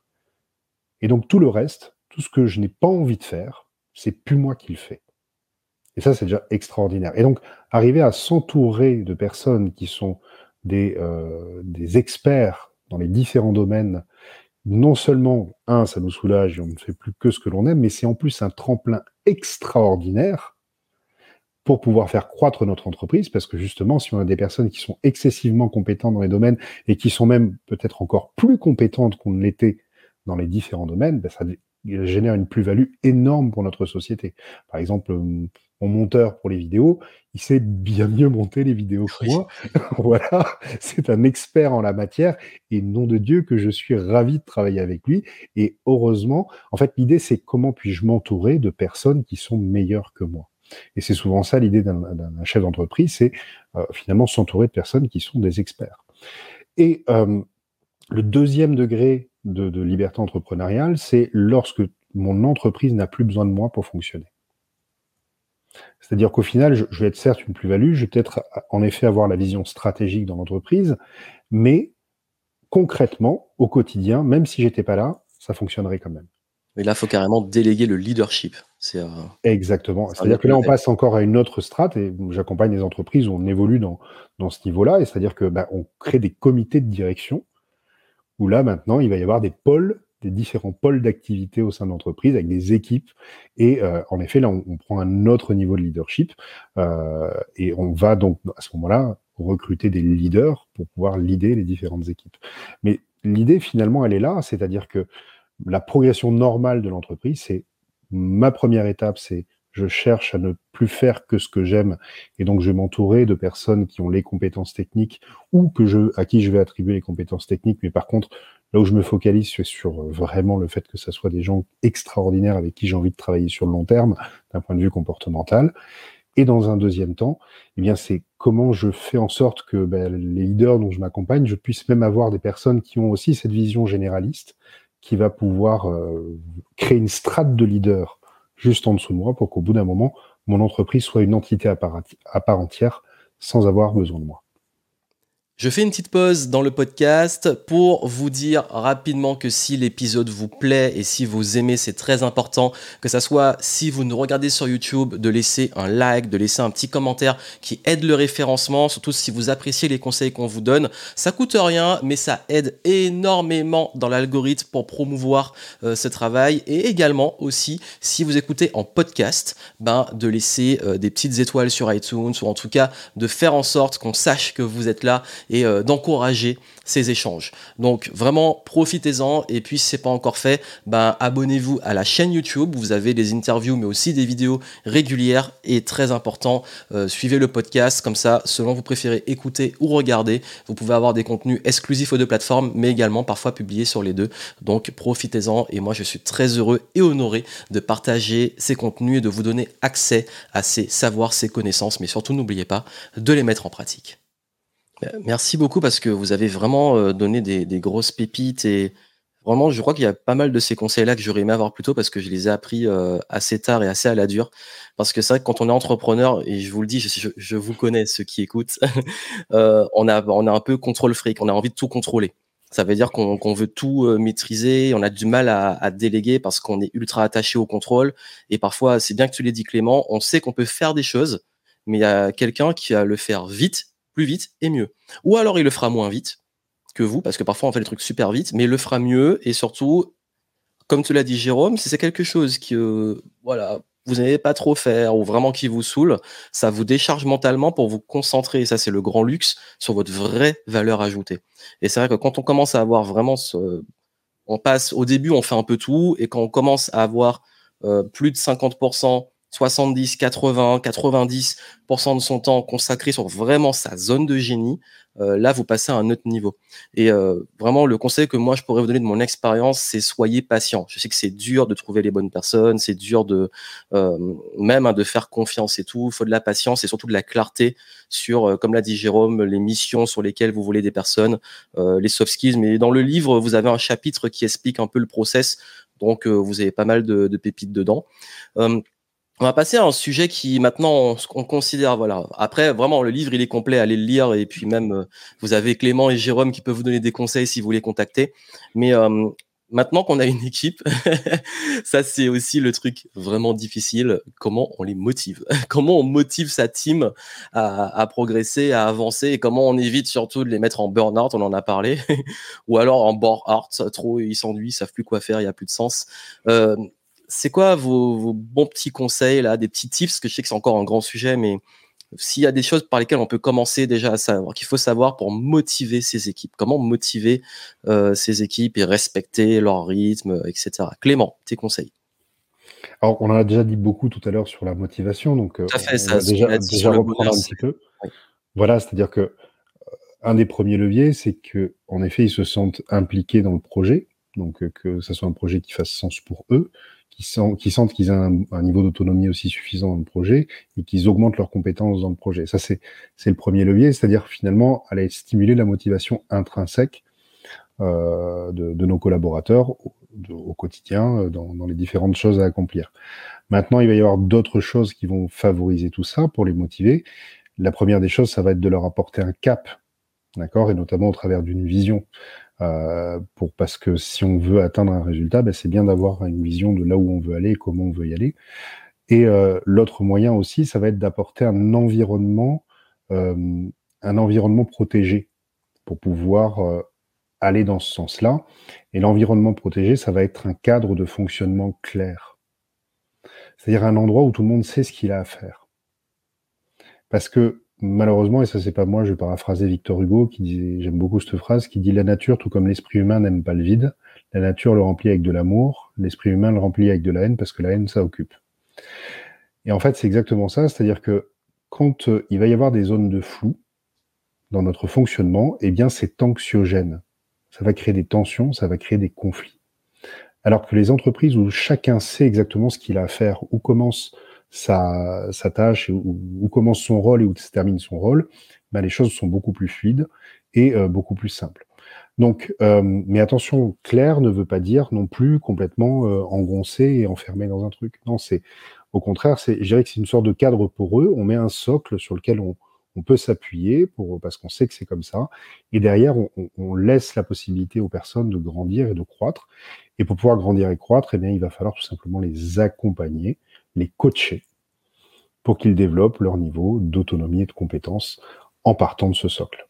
Et donc tout le reste, tout ce que je n'ai pas envie de faire, c'est plus moi qui le fais. Et ça, c'est déjà extraordinaire. Et donc, arriver à s'entourer de personnes qui sont des experts dans les différents domaines, non seulement, ça nous soulage et on ne fait plus que ce que l'on aime, mais c'est en plus un tremplin extraordinaire pour pouvoir faire croître notre entreprise, parce que justement, si on a des personnes qui sont excessivement compétentes dans les domaines et qui sont même peut-être encore plus compétentes qu'on ne l'était dans les différents domaines, ça génère une plus-value énorme pour notre société. Par exemple, mon monteur pour les vidéos, il sait bien mieux monter les vidéos que moi. Voilà, c'est un expert en la matière et nom de Dieu que je suis ravi de travailler avec lui. Et heureusement, en fait, l'idée, c'est comment puis-je m'entourer de personnes qui sont meilleures que moi. Et c'est souvent ça l'idée d'un chef d'entreprise, c'est finalement s'entourer de personnes qui sont des experts. Et le deuxième degré de liberté entrepreneuriale, c'est lorsque mon entreprise n'a plus besoin de moi pour fonctionner. C'est-à-dire qu'au final, je vais être certes une plus-value, je vais peut-être en effet avoir la vision stratégique dans l'entreprise, mais concrètement, au quotidien, même si j'étais pas là, ça fonctionnerait quand même. Mais là, il faut carrément déléguer le leadership. Exactement. C'est un C'est-à-dire autre que là, on level. passe encore à une autre strate et j'accompagne les entreprises où on évolue dans ce niveau-là. Et c'est-à-dire que on crée des comités de direction où là, maintenant, il va y avoir des pôles, des différents pôles d'activité au sein de l'entreprise avec des équipes. Et en effet, là, on prend un autre niveau de leadership et on va donc, à ce moment-là, recruter des leaders pour pouvoir leader les différentes équipes. Mais l'idée, finalement, elle est là, c'est-à-dire que la progression normale de l'entreprise, c'est ma première étape, c'est je cherche à ne plus faire que ce que j'aime et donc je vais m'entourer de personnes qui ont les compétences techniques ou à qui je vais attribuer les compétences techniques. Mais par contre, là où je me focalise, c'est sur vraiment le fait que ça soit des gens extraordinaires avec qui j'ai envie de travailler sur le long terme d'un point de vue comportemental. Et dans un deuxième temps, eh bien, c'est comment je fais en sorte que les leaders dont je m'accompagne, je puisse même avoir des personnes qui ont aussi cette vision généraliste, qui va pouvoir créer une strate de leader juste en dessous de moi pour qu'au bout d'un moment, mon entreprise soit une entité à part entière sans avoir besoin de moi. Je fais une petite pause dans le podcast pour vous dire rapidement que si l'épisode vous plaît et si vous aimez, c'est très important que ça soit, si vous nous regardez sur YouTube, de laisser un like, de laisser un petit commentaire qui aide le référencement, surtout si vous appréciez les conseils qu'on vous donne. Ça coûte rien, mais ça aide énormément dans l'algorithme pour promouvoir ce travail. Et également aussi, si vous écoutez en podcast, de laisser des petites étoiles sur iTunes ou en tout cas de faire en sorte qu'on sache que vous êtes là et d'encourager ces échanges. Donc vraiment profitez-en et puis si c'est pas encore fait, abonnez-vous à la chaîne YouTube, vous avez des interviews mais aussi des vidéos régulières et très important, suivez le podcast comme ça, selon vous préférez écouter ou regarder, vous pouvez avoir des contenus exclusifs aux deux plateformes mais également parfois publiés sur les deux. Donc profitez-en et moi je suis très heureux et honoré de partager ces contenus et de vous donner accès à ces savoirs, ces connaissances, mais surtout n'oubliez pas de les mettre en pratique. Merci beaucoup parce que vous avez vraiment donné des grosses pépites et vraiment, je crois qu'il y a pas mal de ces conseils-là que j'aurais aimé avoir plus tôt parce que je les ai appris assez tard et assez à la dure. Parce que c'est vrai que quand on est entrepreneur, et je vous le dis, je vous connais, ceux qui écoutent, on a un peu contrôle fric, on a envie de tout contrôler. Ça veut dire qu'on veut tout maîtriser, on a du mal à déléguer parce qu'on est ultra attaché au contrôle. Et parfois, c'est bien que tu l'aies dit Clément, on sait qu'on peut faire des choses, mais il y a quelqu'un qui va le faire vite, plus vite et mieux. Ou alors il le fera moins vite que vous, parce que parfois on fait les trucs super vite, mais il le fera mieux et surtout, comme tu l'as dit Jérôme, si c'est quelque chose que vous n'allez pas trop faire ou vraiment qui vous saoule, ça vous décharge mentalement pour vous concentrer, et ça c'est le grand luxe, sur votre vraie valeur ajoutée. Et c'est vrai que quand on commence à avoir vraiment on passe, au début on fait un peu tout, et quand on commence à avoir plus de 50%, 70, 80, 90% de son temps consacré sur vraiment sa zone de génie, là, vous passez à un autre niveau. Et vraiment, le conseil que moi, je pourrais vous donner de mon expérience, c'est soyez patient. Je sais que c'est dur de trouver les bonnes personnes, c'est dur de même de faire confiance et tout. Il faut de la patience et surtout de la clarté sur, comme l'a dit Jérôme, les missions sur lesquelles vous voulez des personnes, les soft skills. Mais dans le livre, vous avez un chapitre qui explique un peu le process. Donc, vous avez pas mal de pépites dedans. On va passer à un sujet qui maintenant on considère, voilà. Après, vraiment, le livre, il est complet, allez le lire. Et puis même, vous avez Clément et Jérôme qui peuvent vous donner des conseils si vous les contactez. Mais maintenant qu'on a une équipe, ça c'est aussi le truc vraiment difficile. Comment on les motive? Comment on motive sa team à progresser, à avancer? Et comment on évite surtout de les mettre en burn-out, on en a parlé. Ou alors en bore-out, trop ils s'ennuient, ils savent plus quoi faire, il n'y a plus de sens. C'est quoi vos bons petits conseils, là, des petits tips, parce que je sais que c'est encore un grand sujet, mais s'il y a des choses par lesquelles on peut commencer déjà à savoir, qu'il faut savoir pour motiver ces équipes, comment motiver ces équipes et respecter leur rythme, etc. Clément, tes conseils. Alors, on en a déjà dit beaucoup tout à l'heure sur la motivation, donc Tout à fait, on ça, va ce qu'on a dit sur déjà le reprendre bonheur, un c'est... petit peu. Oui. Voilà, c'est-à-dire que un des premiers leviers, c'est que en effet, ils se sentent impliqués dans le projet, donc que ça soit un projet qui fasse sens pour eux, qu'ils sentent qu'ils ont un niveau d'autonomie aussi suffisant dans le projet et qu'ils augmentent leurs compétences dans le projet. Ça, c'est le premier levier, c'est-à-dire finalement aller stimuler la motivation intrinsèque de nos collaborateurs au quotidien dans les différentes choses à accomplir. Maintenant, il va y avoir d'autres choses qui vont favoriser tout ça pour les motiver. La première des choses, ça va être de leur apporter un cap d'accord, et notamment au travers d'une vision. Parce que si on veut atteindre un résultat, c'est bien d'avoir une vision de là où on veut aller et comment on veut y aller. Et l'autre moyen aussi, ça va être d'apporter un environnement protégé pour pouvoir aller dans ce sens-là. Et l'environnement protégé, ça va être un cadre de fonctionnement clair. C'est-à-dire un endroit où tout le monde sait ce qu'il a à faire. Parce que malheureusement, et ça c'est pas moi, je vais paraphraser Victor Hugo qui disait, j'aime beaucoup cette phrase, qui dit: la nature, tout comme l'esprit humain, n'aime pas le vide. La nature le remplit avec de l'amour, l'esprit humain le remplit avec de la haine parce que la haine, ça occupe. Et en fait, c'est exactement ça, c'est-à-dire que quand il va y avoir des zones de flou dans notre fonctionnement, eh bien c'est anxiogène. Ça va créer des tensions, ça va créer des conflits. Alors que les entreprises où chacun sait exactement ce qu'il a à faire, où commence sa tâche, où commence son rôle et où se termine son rôle, les choses sont beaucoup plus fluides et beaucoup plus simples. Donc, mais attention, clair ne veut pas dire non plus complètement engoncé et enfermé dans un truc. Non, c'est au contraire, je dirais que c'est une sorte de cadre poreux. On met un socle sur lequel on peut s'appuyer parce qu'on sait que c'est comme ça. Et derrière, on laisse la possibilité aux personnes de grandir et de croître. Et pour pouvoir grandir et croître, eh bien, il va falloir tout simplement les accompagner, les coacher pour qu'ils développent leur niveau d'autonomie et de compétence en partant de ce socle.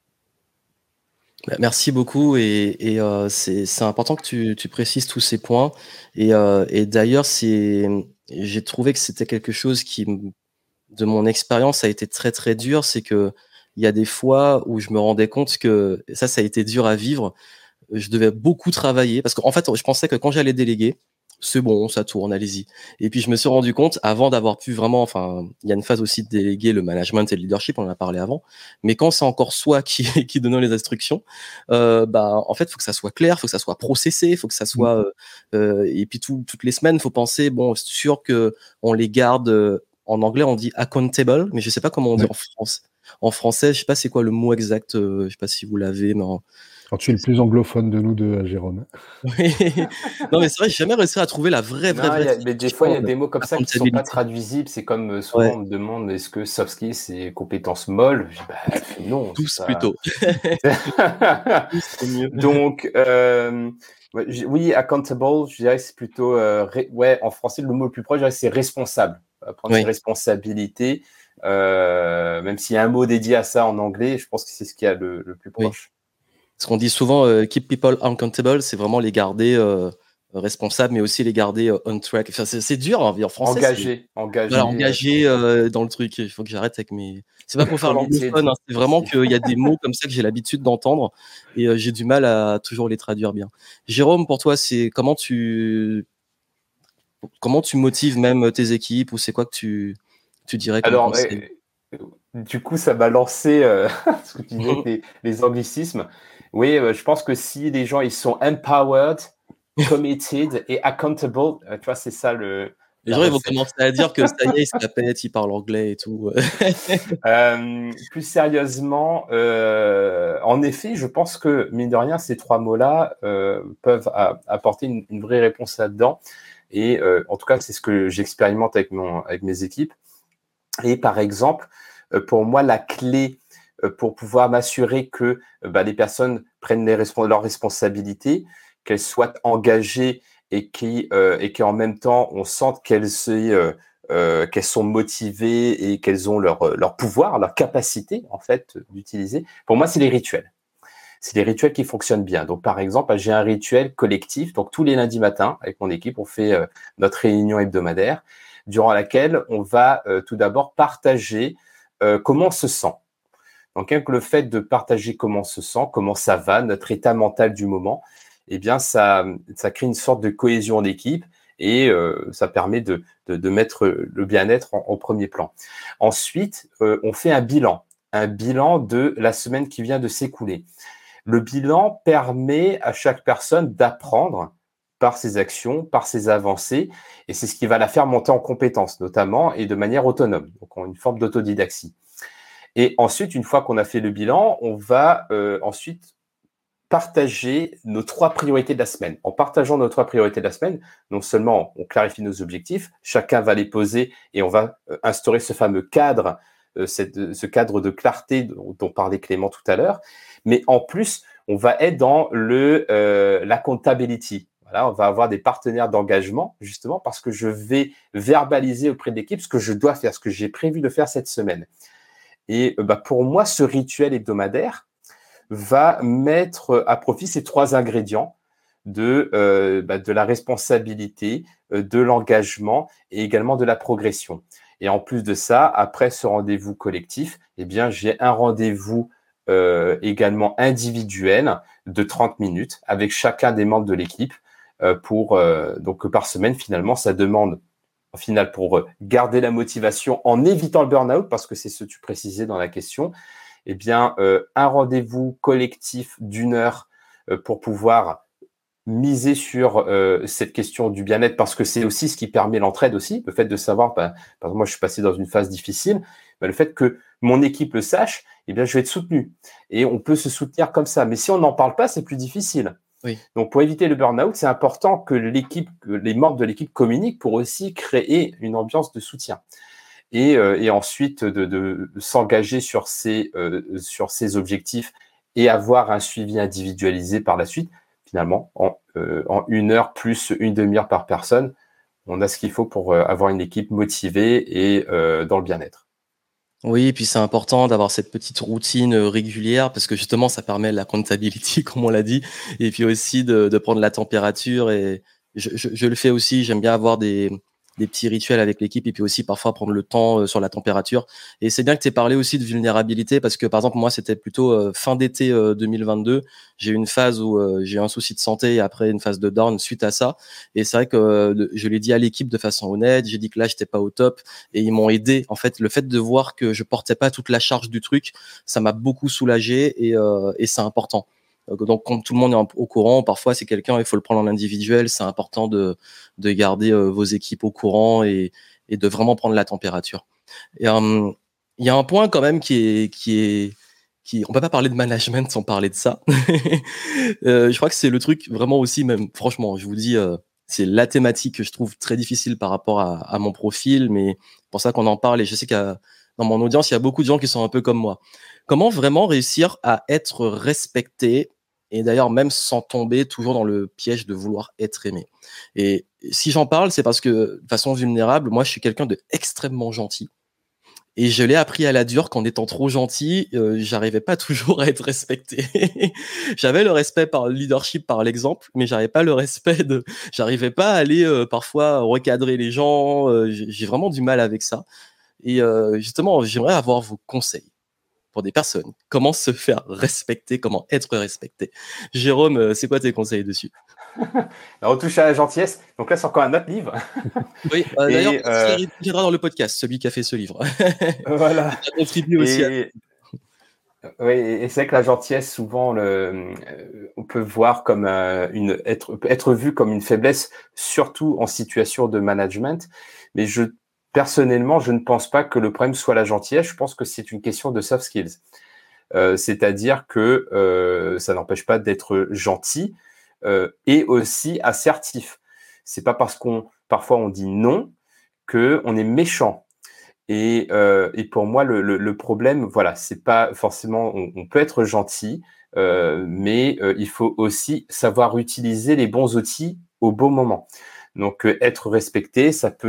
Merci beaucoup et c'est important que tu précises tous ces points et d'ailleurs j'ai trouvé que c'était quelque chose qui de mon expérience a été très très dur, c'est que il y a des fois où je me rendais compte que ça a été dur à vivre, je devais beaucoup travailler parce qu'en fait je pensais que quand j'allais déléguer, c'est bon, ça tourne, allez-y. Et puis je me suis rendu compte, avant d'avoir pu vraiment, enfin, il y a une phase aussi de déléguer le management et le leadership, on en a parlé avant, mais quand c'est encore soi qui donne les instructions, en fait, il faut que ça soit clair, il faut que ça soit processé, il faut que ça soit, et puis toutes les semaines, il faut penser, bon, c'est sûr que on les garde, en anglais, on dit accountable, mais je sais pas comment on dit en français, je sais pas c'est quoi le mot exact, je sais pas si vous l'avez, mais Alors, tu es le plus anglophone de nous deux, Jérôme. oui. Non, mais c'est vrai, j'ai jamais réussi à trouver la vraie mais des fois, il y a des mots comme ça qui ne sont pas accountability. traduisibles. C'est comme souvent, on me demande est-ce que soft skills, c'est compétences molles? Je dis, non, Tous c'est pas. plutôt. Tous, c'est mieux. Donc, oui, accountable, je dirais que c'est plutôt. En français, le mot le plus proche, je dirais que c'est responsable. Prendre ses responsabilités. Même s'il y a un mot dédié à ça en anglais, je pense que c'est ce qu'il y a le plus proche. Ce qu'on dit souvent, keep people accountable, c'est vraiment les garder responsables, mais aussi les garder on track. Enfin, c'est dur en français. Engagé dans le truc. Il faut que j'arrête avec mes. C'est pas pour faire l'anglophone, hein, c'est vraiment qu'il y a des mots comme ça que j'ai l'habitude d'entendre et j'ai du mal à toujours les traduire bien. Jérôme, pour toi, c'est comment tu motives même tes équipes ou c'est quoi que tu dirais comme conseil? Du coup, ça m'a lancé ce que tu disais avec les anglicismes. Oui, je pense que si les gens ils sont empowered, committed et accountable, tu vois, c'est ça le. Les gens ils vont commencer à dire que ça y est, ils se la pètent, ils parlent anglais et tout. Plus sérieusement, en effet, je pense que mine de rien, ces trois mots-là peuvent apporter une vraie réponse là-dedans. Et en tout cas, c'est ce que j'expérimente avec mes équipes. Et par exemple, pour moi, la clé pour pouvoir m'assurer que les personnes prennent leurs responsabilités, qu'elles soient engagées et qu'en même temps, on sente qu'elles sont motivées et qu'elles ont leur pouvoir, leur capacité en fait d'utiliser. Pour moi, c'est les rituels. C'est les rituels qui fonctionnent bien. Donc, par exemple, j'ai un rituel collectif. Donc, tous les lundis matins, avec mon équipe, on fait notre réunion hebdomadaire, durant laquelle on va tout d'abord partager comment on se sent. Donc, le fait de partager comment on se sent, comment ça va, notre état mental du moment, eh bien, ça crée une sorte de cohésion d'équipe et ça permet de mettre le bien-être en premier plan. Ensuite, on fait un bilan de la semaine qui vient de s'écouler. Le bilan permet à chaque personne d'apprendre par ses actions, par ses avancées, et c'est ce qui va la faire monter en compétences, notamment, et de manière autonome, donc en une forme d'autodidaxie. Et ensuite, une fois qu'on a fait le bilan, on va ensuite partager nos 3 priorités de la semaine. En partageant nos 3 priorités de la semaine, non seulement on clarifie nos objectifs, chacun va les poser et on va instaurer ce fameux cadre ce cadre de clarté dont parlait Clément tout à l'heure. Mais en plus, on va être dans l'accountability. Voilà, on va avoir des partenaires d'engagement, justement, parce que je vais verbaliser auprès de l'équipe ce que je dois faire, ce que j'ai prévu de faire cette semaine. Et pour moi, ce rituel hebdomadaire va mettre à profit ces 3 ingrédients de la responsabilité, de l'engagement et également de la progression. Et en plus de ça, après ce rendez-vous collectif, eh bien, j'ai un rendez-vous également individuel de 30 minutes avec chacun des membres de l'équipe donc par semaine. Finalement, ça demande au final pour garder la motivation en évitant le burn-out, parce que c'est ce que tu précisais dans la question, eh bien, un rendez-vous collectif d'1 heure pour pouvoir miser sur cette question du bien-être, parce que c'est aussi ce qui permet l'entraide aussi, le fait de savoir, par exemple, moi je suis passé dans une phase difficile, le fait que mon équipe le sache, eh bien, je vais être soutenu. Et on peut se soutenir comme ça. Mais si on n'en parle pas, c'est plus difficile. Oui. Donc, pour éviter le burn-out, c'est important que les membres de l'équipe communiquent pour aussi créer une ambiance de soutien. Et ensuite, de s'engager sur ces objectifs et avoir un suivi individualisé par la suite. Finalement, en 1 heure plus une demi-heure par personne, on a ce qu'il faut pour avoir une équipe motivée et dans le bien-être. Oui, et puis c'est important d'avoir cette petite routine régulière parce que justement, ça permet la accountability, comme on l'a dit, et puis aussi de prendre la température. Et je le fais aussi, j'aime bien avoir des petits rituels avec l'équipe et puis aussi parfois prendre le temps sur la température. Et c'est bien que tu aies parlé aussi de vulnérabilité parce que par exemple, moi, c'était plutôt fin d'été 2022. J'ai eu une phase où j'ai eu un souci de santé et après une phase de down suite à ça. Et c'est vrai que je l'ai dit à l'équipe de façon honnête, j'ai dit que là, j'étais pas au top et ils m'ont aidé. En fait, le fait de voir que je portais pas toute la charge du truc, ça m'a beaucoup soulagé et c'est important. Donc, comme tout le monde est au courant, parfois c'est quelqu'un, il faut le prendre en individuel. C'est important de garder vos équipes au courant et de vraiment prendre la température. Et il y a un point quand même on peut pas parler de management sans parler de ça. Je crois que c'est le truc vraiment aussi, même franchement, je vous dis, c'est la thématique que je trouve très difficile par rapport à mon profil, mais c'est pour ça qu'on en parle. Et je sais que dans mon audience, il y a beaucoup de gens qui sont un peu comme moi. Comment vraiment réussir à être respecté et d'ailleurs même sans tomber toujours dans le piège de vouloir être aimé. Et si j'en parle, c'est parce que de façon vulnérable, moi je suis quelqu'un de extrêmement gentil. Et je l'ai appris à la dure qu'en étant trop gentil, j'arrivais pas toujours à être respecté. J'avais le respect par le leadership, par l'exemple, mais j'arrivais pas à aller parfois recadrer les gens. J'ai vraiment du mal avec ça. Et justement, j'aimerais avoir vos conseils pour des personnes. Comment se faire respecter, comment être respecté. Jérôme, c'est quoi tes conseils dessus? Alors, on touche à la gentillesse. Donc là, c'est encore un autre livre. Oui, d'ailleurs, il viendra dans le podcast, celui qui a fait ce livre. Voilà. Il a contribué aussi à... Oui, et c'est vrai que la gentillesse, souvent, on peut voir comme être vu comme une faiblesse, surtout en situation de management. Mais personnellement, je ne pense pas que le problème soit la gentillesse. Je pense que c'est une question de soft skills. C'est-à-dire que ça n'empêche pas d'être gentil et aussi assertif. C'est pas parce parfois on dit non qu'on est méchant. Et pour moi, le problème, voilà, c'est pas forcément. On peut être gentil, mais il faut aussi savoir utiliser les bons outils au bon moment. Donc, être respecté,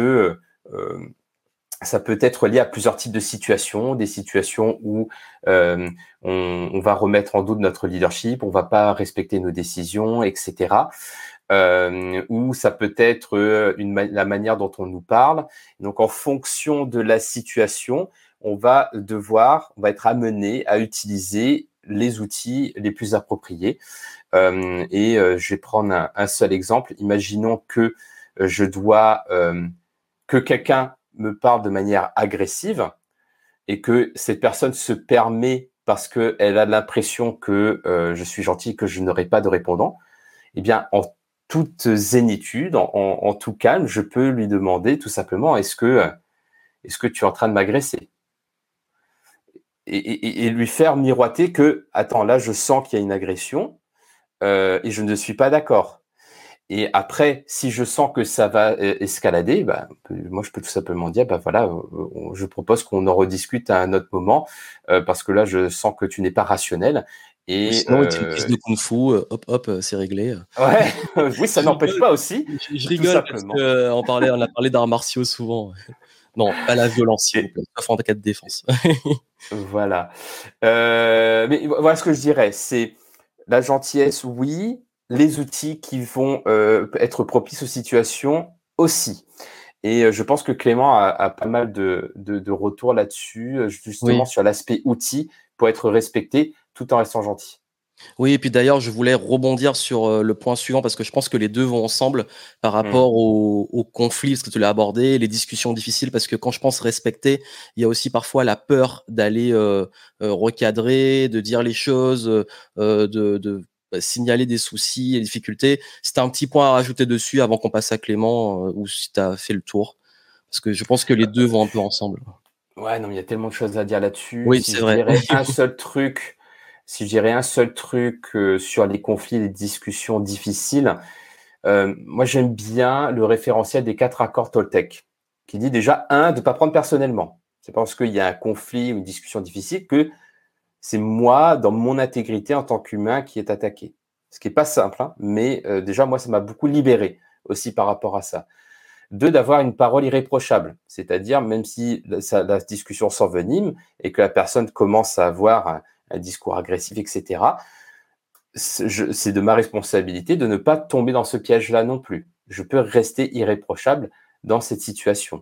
ça peut être lié à plusieurs types de situations, des situations où on va remettre en doute notre leadership, on va pas respecter nos décisions, etc. Ou ça peut être la manière dont on nous parle. Donc, en fonction de la situation, on va être amené à utiliser les outils les plus appropriés. Je vais prendre un seul exemple. Imaginons que que quelqu'un me parle de manière agressive et que cette personne se permet parce qu'elle a l'impression que je suis gentil, que je n'aurai pas de répondant. Eh bien, en toute zénitude, en tout calme, je peux lui demander tout simplement, est-ce que tu es en train de m'agresser? Et lui faire miroiter que, attends, là, je sens qu'il y a une agression et je ne suis pas d'accord. Et après, si je sens que ça va escalader, moi, je peux tout simplement dire, voilà, je propose qu'on en rediscute à un autre moment, parce que là, je sens que tu n'es pas rationnel. Ou Et sinon, une prise de kung-fu, hop, hop, c'est réglé. ouais, oui, ça Je n'empêche rigole, pas aussi, je tout rigole parce simplement. on a parlé d'arts martiaux souvent. Non, pas la violence, s'il vous Et plaît, sauf en cas de défense. voilà. Mais voilà ce que je dirais, c'est la gentillesse, oui, les outils qui vont être propices aux situations aussi. Et je pense que Clément a pas mal de retours là-dessus, justement Oui. sur l'aspect outil pour être respecté tout en restant gentil. Oui, et puis d'ailleurs, je voulais rebondir sur le point suivant parce que je pense que les deux vont ensemble par Mmh. rapport au conflit, parce que tu l'as abordé, les discussions difficiles, parce que quand je pense respecter, il y a aussi parfois la peur d'aller recadrer, de dire les choses, signaler des soucis et difficultés. C'était un petit point à rajouter dessus avant qu'on passe à Clément, ou si tu as fait le tour, parce que je pense que les deux vont un peu ensemble. Ouais, non, il y a tellement de choses à dire là-dessus. Oui, c'est vrai. Si je dirais un seul truc, sur les conflits, les discussions difficiles, moi j'aime bien le référentiel des 4 accords Toltec, qui dit déjà, de pas prendre personnellement. C'est pas parce qu'il y a un conflit ou une discussion difficile que c'est moi, dans mon intégrité en tant qu'humain, qui est attaqué. Ce qui est pas simple, hein, mais déjà moi ça m'a beaucoup libéré aussi par rapport à ça. 2, d'avoir une parole irréprochable, c'est-à-dire même si la discussion s'envenime et que la personne commence à avoir un discours agressif, etc., c'est de ma responsabilité de ne pas tomber dans ce piège-là non plus. Je peux rester irréprochable dans cette situation.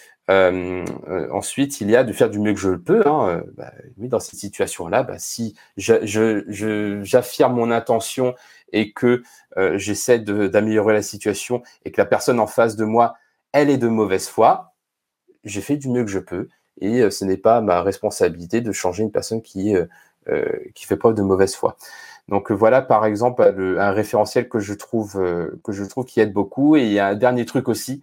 Ensuite, il y a de faire du mieux que je le peux. Hein. Oui, dans cette situation-là, si j'affirme mon intention et que j'essaie d'améliorer la situation et que la personne en face de moi, elle est de mauvaise foi, j'ai fait du mieux que je peux et ce n'est pas ma responsabilité de changer une personne qui fait preuve de mauvaise foi. Donc voilà, par exemple, un référentiel que je trouve qui aide beaucoup. Et il y a un dernier truc aussi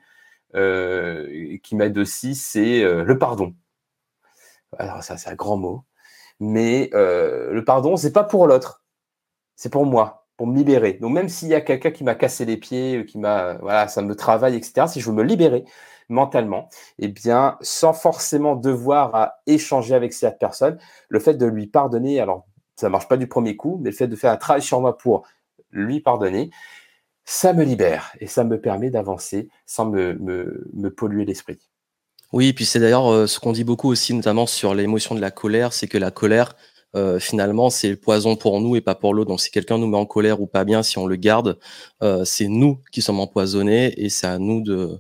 qui m'aide aussi, c'est le pardon. Alors ça, c'est un grand mot, mais le pardon, c'est pas pour l'autre, c'est pour moi, pour me libérer. Donc même s'il y a quelqu'un qui m'a cassé les pieds, voilà, ça me travaille, etc. Si je veux me libérer mentalement, eh bien, sans forcément devoir échanger avec cette personne, le fait de lui pardonner, alors ça marche pas du premier coup, mais le fait de faire un travail sur moi pour lui pardonner, ça me libère et ça me permet d'avancer sans me polluer l'esprit. Oui, puis c'est d'ailleurs ce qu'on dit beaucoup aussi, notamment sur l'émotion de la colère, c'est que la colère, finalement, c'est le poison pour nous et pas pour l'autre. Donc, si quelqu'un nous met en colère ou pas bien, si on le garde, c'est nous qui sommes empoisonnés et c'est à nous de.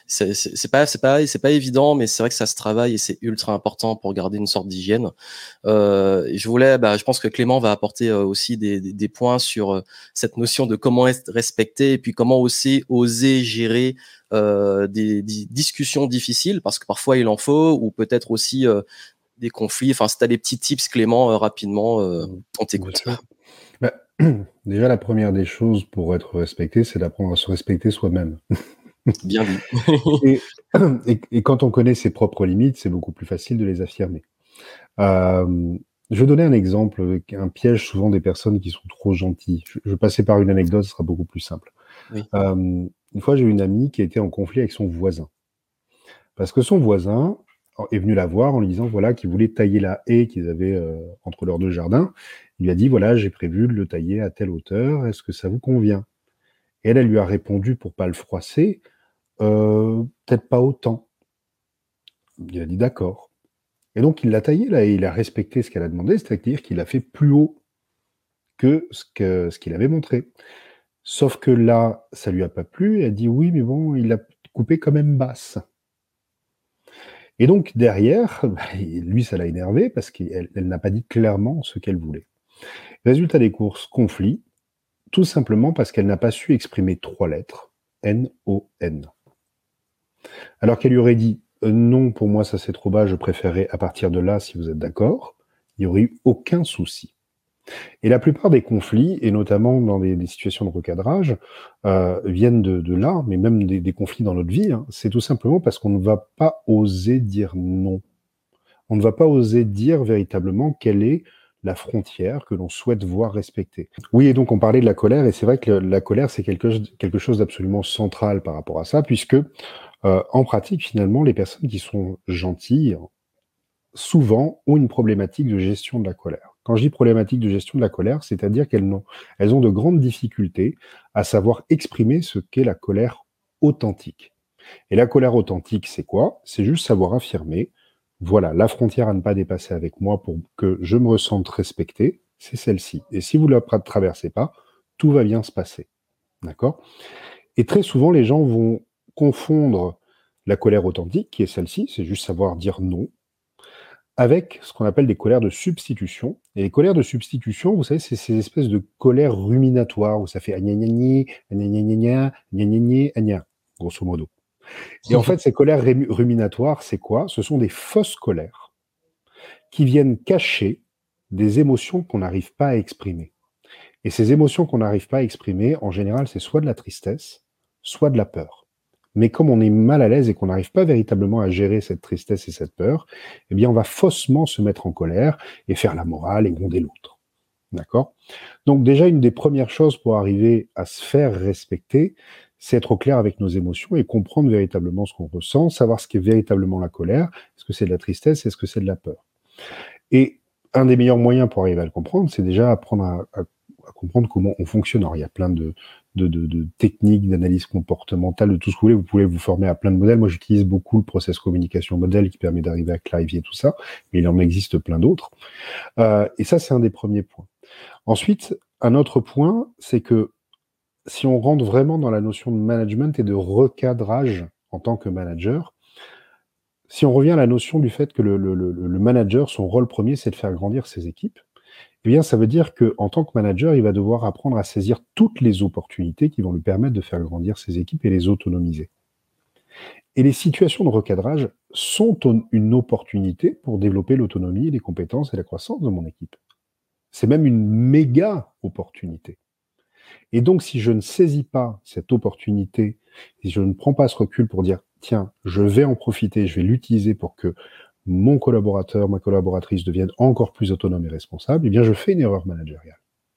C'est pas évident, mais c'est vrai que ça se travaille et c'est ultra important pour garder une sorte d'hygiène. Et je pense que Clément va apporter aussi des points sur cette notion de comment être respecté et puis comment aussi oser gérer des discussions difficiles parce que parfois il en faut ou peut-être aussi des conflits. Enfin, si tu as des petits tips, Clément, rapidement, on Bien t'écoute. sûr. Bah, déjà, la première des choses pour être respecté, c'est d'apprendre à se respecter soi-même. Bien dit. Et, et quand on connaît ses propres limites, c'est beaucoup plus facile de les affirmer. Je vais donner un exemple, un piège souvent des personnes qui sont trop gentilles. Je vais passer par une anecdote, ce sera beaucoup plus simple. Oui. Une fois, j'ai eu une amie qui était en conflit avec son voisin. Parce que son voisin est venu la voir en lui disant voilà, qu'il voulait tailler la haie qu'ils avaient entre leurs deux jardins. Il lui a dit voilà, j'ai prévu de le tailler à telle hauteur, est-ce que ça vous convient? Et elle lui a répondu pour pas le froisser peut-être pas autant. Il a dit d'accord. Et donc il l'a taillé là et il a respecté ce qu'elle a demandé, c'est-à-dire qu'il a fait plus haut que ce qu'il avait montré. Sauf que là, ça lui a pas plu, elle a dit oui, mais bon, il a coupé quand même basse. Et donc derrière, lui, ça l'a énervé parce qu'elle n'a pas dit clairement ce qu'elle voulait. Résultat des courses, conflit, tout simplement parce qu'elle n'a pas su exprimer 3 lettres, N-O-N. Alors qu'elle lui aurait dit non, pour moi ça c'est trop bas, je préférerais à partir de là, si vous êtes d'accord, il n'y aurait eu aucun souci. Et la plupart des conflits, et notamment dans des situations de recadrage, viennent de là, mais même des conflits dans notre vie, hein, c'est tout simplement parce qu'on ne va pas oser dire non. On ne va pas oser dire véritablement quelle est la frontière que l'on souhaite voir respectée. Oui, et donc on parlait de la colère, et c'est vrai que la colère, c'est quelque chose d'absolument central par rapport à ça, puisque en pratique, finalement, les personnes qui sont gentilles, souvent, ont une problématique de gestion de la colère. Quand je dis problématique de gestion de la colère, c'est-à-dire elles ont de grandes difficultés à savoir exprimer ce qu'est la colère authentique. Et la colère authentique, c'est quoi? C'est juste savoir affirmer, voilà, la frontière à ne pas dépasser avec moi pour que je me ressente respecté, c'est celle-ci. Et si vous ne la traversez pas, tout va bien se passer. D'accord? Et très souvent, les gens vont confondre la colère authentique, qui est celle-ci, c'est juste savoir dire non, avec ce qu'on appelle des colères de substitution. Et les colères de substitution, vous savez, c'est ces espèces de colères ruminatoires où ça fait gna gna gna, gna gna gna gna, gna gna gna, gna, grosso modo. Et en fait, ces colères ruminatoires, c'est quoi? Ce sont des fausses colères qui viennent cacher des émotions qu'on n'arrive pas à exprimer. Et ces émotions qu'on n'arrive pas à exprimer, en général, c'est soit de la tristesse, soit de la peur. Mais comme on est mal à l'aise et qu'on n'arrive pas véritablement à gérer cette tristesse et cette peur, eh bien, on va faussement se mettre en colère et faire la morale et gronder l'autre. D'accord? Donc, déjà, une des premières choses pour arriver à se faire respecter, c'est être au clair avec nos émotions et comprendre véritablement ce qu'on ressent, savoir ce qu'est véritablement la colère. Est-ce que c'est de la tristesse? Est-ce que c'est de la peur? Et un des meilleurs moyens pour arriver à le comprendre, c'est déjà apprendre à comprendre comment on fonctionne. Alors, il y a plein de techniques, d'analyse comportementale, de tout ce que vous voulez. Vous pouvez vous former à plein de modèles. Moi, j'utilise beaucoup le process communication modèle qui permet d'arriver à clarifier tout ça, mais il en existe plein d'autres. Et ça, c'est un des premiers points. Ensuite, un autre point, c'est que si on rentre vraiment dans la notion de management et de recadrage en tant que manager, si on revient à la notion du fait que le manager, son rôle premier, c'est de faire grandir ses équipes, eh bien, ça veut dire qu'en tant que manager, il va devoir apprendre à saisir toutes les opportunités qui vont lui permettre de faire grandir ses équipes et les autonomiser. Et les situations de recadrage sont une opportunité pour développer l'autonomie, les compétences et la croissance de mon équipe. C'est même une méga opportunité. Et donc, si je ne saisis pas cette opportunité, si je ne prends pas ce recul pour dire, tiens, je vais en profiter, je vais l'utiliser pour que mon collaborateur, ma collaboratrice devienne encore plus autonome et responsable, eh bien, je fais une erreur managériale.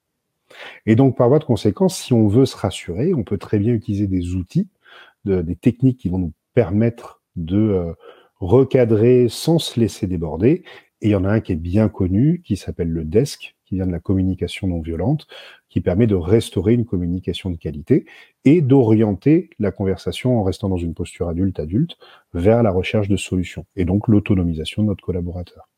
Et donc, par voie de conséquence, si on veut se rassurer, on peut très bien utiliser des outils, des techniques qui vont nous permettre de recadrer sans se laisser déborder. Et il y en a un qui est bien connu, qui s'appelle le DESC, qui vient de la communication non violente, qui permet de restaurer une communication de qualité et d'orienter la conversation en restant dans une posture adulte-adulte vers la recherche de solutions et donc l'autonomisation de notre collaborateur.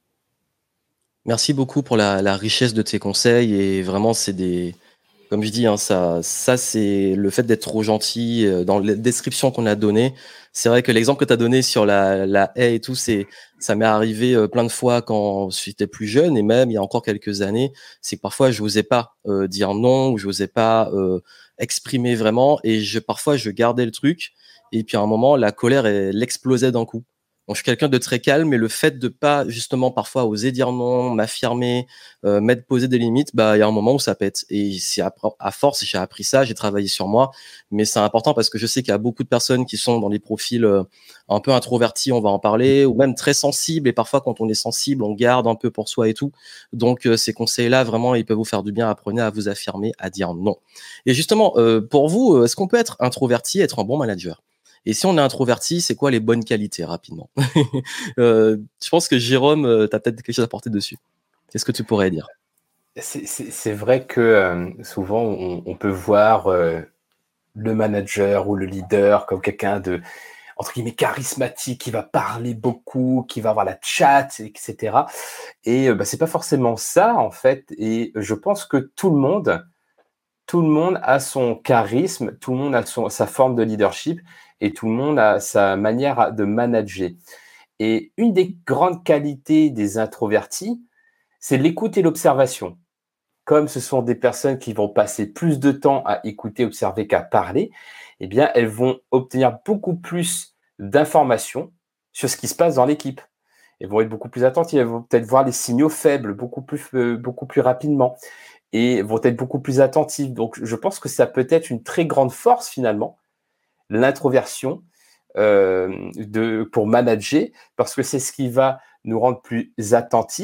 Merci beaucoup pour la richesse de tes conseils et vraiment, c'est des, comme je dis, hein, ça c'est le fait d'être trop gentil. Dans la description qu'on a donnée, c'est vrai que l'exemple que tu as donné sur la haie et tout, ça m'est arrivé plein de fois quand j'étais plus jeune et même il y a encore quelques années, c'est que parfois je n'osais pas dire non ou je n'osais pas exprimer vraiment et parfois je gardais le truc et puis à un moment la colère elle explosait d'un coup. Bon, je suis quelqu'un de très calme, mais le fait de pas justement parfois oser dire non, m'affirmer, poser des limites, bah il y a un moment où ça pète. Et c'est à force, j'ai appris ça, j'ai travaillé sur moi, mais c'est important parce que je sais qu'il y a beaucoup de personnes qui sont dans les profils un peu introvertis, on va en parler, ou même très sensibles. Et parfois, quand on est sensible, on garde un peu pour soi et tout. Donc ces conseils-là, vraiment, ils peuvent vous faire du bien. Apprenez à vous affirmer, à dire non. Et justement, pour vous, est-ce qu'on peut être introverti, et être un bon manager? Et si on est introverti, c'est quoi les bonnes qualités rapidement? Je pense que Jérôme, tu as peut-être quelque chose à porter dessus. Qu'est-ce que tu pourrais dire? C'est vrai que souvent, on peut voir le manager ou le leader comme quelqu'un de, entre guillemets, charismatique, qui va parler beaucoup, qui va avoir la chat, etc. Et c'est pas forcément ça, en fait. Et je pense que tout le monde a son charisme, tout le monde a sa forme de leadership et tout le monde a sa manière de manager. Et une des grandes qualités des introvertis, c'est l'écoute et l'observation. Comme ce sont des personnes qui vont passer plus de temps à écouter, observer qu'à parler, eh bien, elles vont obtenir beaucoup plus d'informations sur ce qui se passe dans l'équipe. Elles vont être beaucoup plus attentives, elles vont peut-être voir les signaux faibles beaucoup plus rapidement et vont être beaucoup plus attentives. Donc, je pense que ça peut être une très grande force finalement, l'introversion pour manager, parce que c'est ce qui va nous rendre plus attentifs